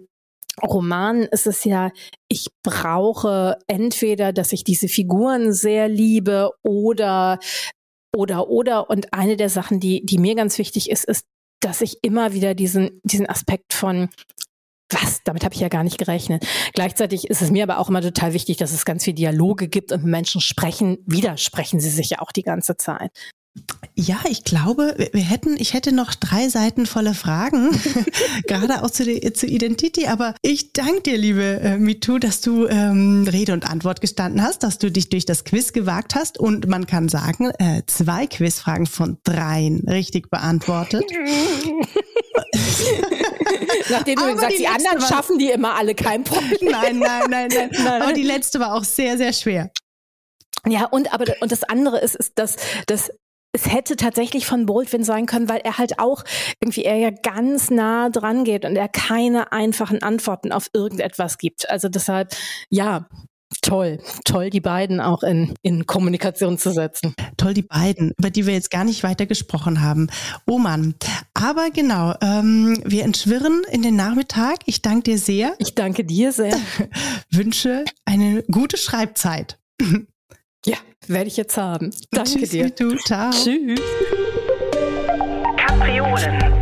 Roman ist es ja, ich brauche entweder, dass ich diese Figuren sehr liebe oder, oder, oder. Und eine der Sachen, die, die mir ganz wichtig ist, ist, dass ich immer wieder diesen, diesen Aspekt von, was, damit habe ich ja gar nicht gerechnet. Gleichzeitig ist es mir aber auch immer total wichtig, dass es ganz viele Dialoge gibt und Menschen sprechen, widersprechen sie sich ja auch die ganze Zeit. Ja, ich glaube, wir hätten, ich hätte noch drei Seiten voller Fragen, gerade auch zu, der, zu Identity, aber ich danke dir, liebe äh, MeToo, dass du ähm, Rede und Antwort gestanden hast, dass du dich durch das Quiz gewagt hast und man kann sagen, äh, zwei Quizfragen von dreien richtig beantwortet. Nachdem du sagst, die, die anderen war, schaffen die immer alle, kein Problem. Nein, nein, nein, nein, nein. Aber die letzte war auch sehr, sehr schwer. Ja, und aber und das andere ist, ist dass, dass es hätte tatsächlich von Baldwin sein können, weil er halt auch irgendwie er ja ganz nah dran geht und er keine einfachen Antworten auf irgendetwas gibt. Also deshalb, ja, toll, toll, die beiden auch in, in Kommunikation zu setzen. toll, die beiden, über die wir jetzt gar nicht weiter gesprochen haben. Oh Mann. Aber genau, ähm, wir entschwirren in den Nachmittag. Ich danke dir sehr. Ich danke dir sehr. Wünsche eine gute Schreibzeit. Ja, werde ich jetzt haben. Danke Tschüss, dir. Du. Ciao. Tschüss. Kapriolen.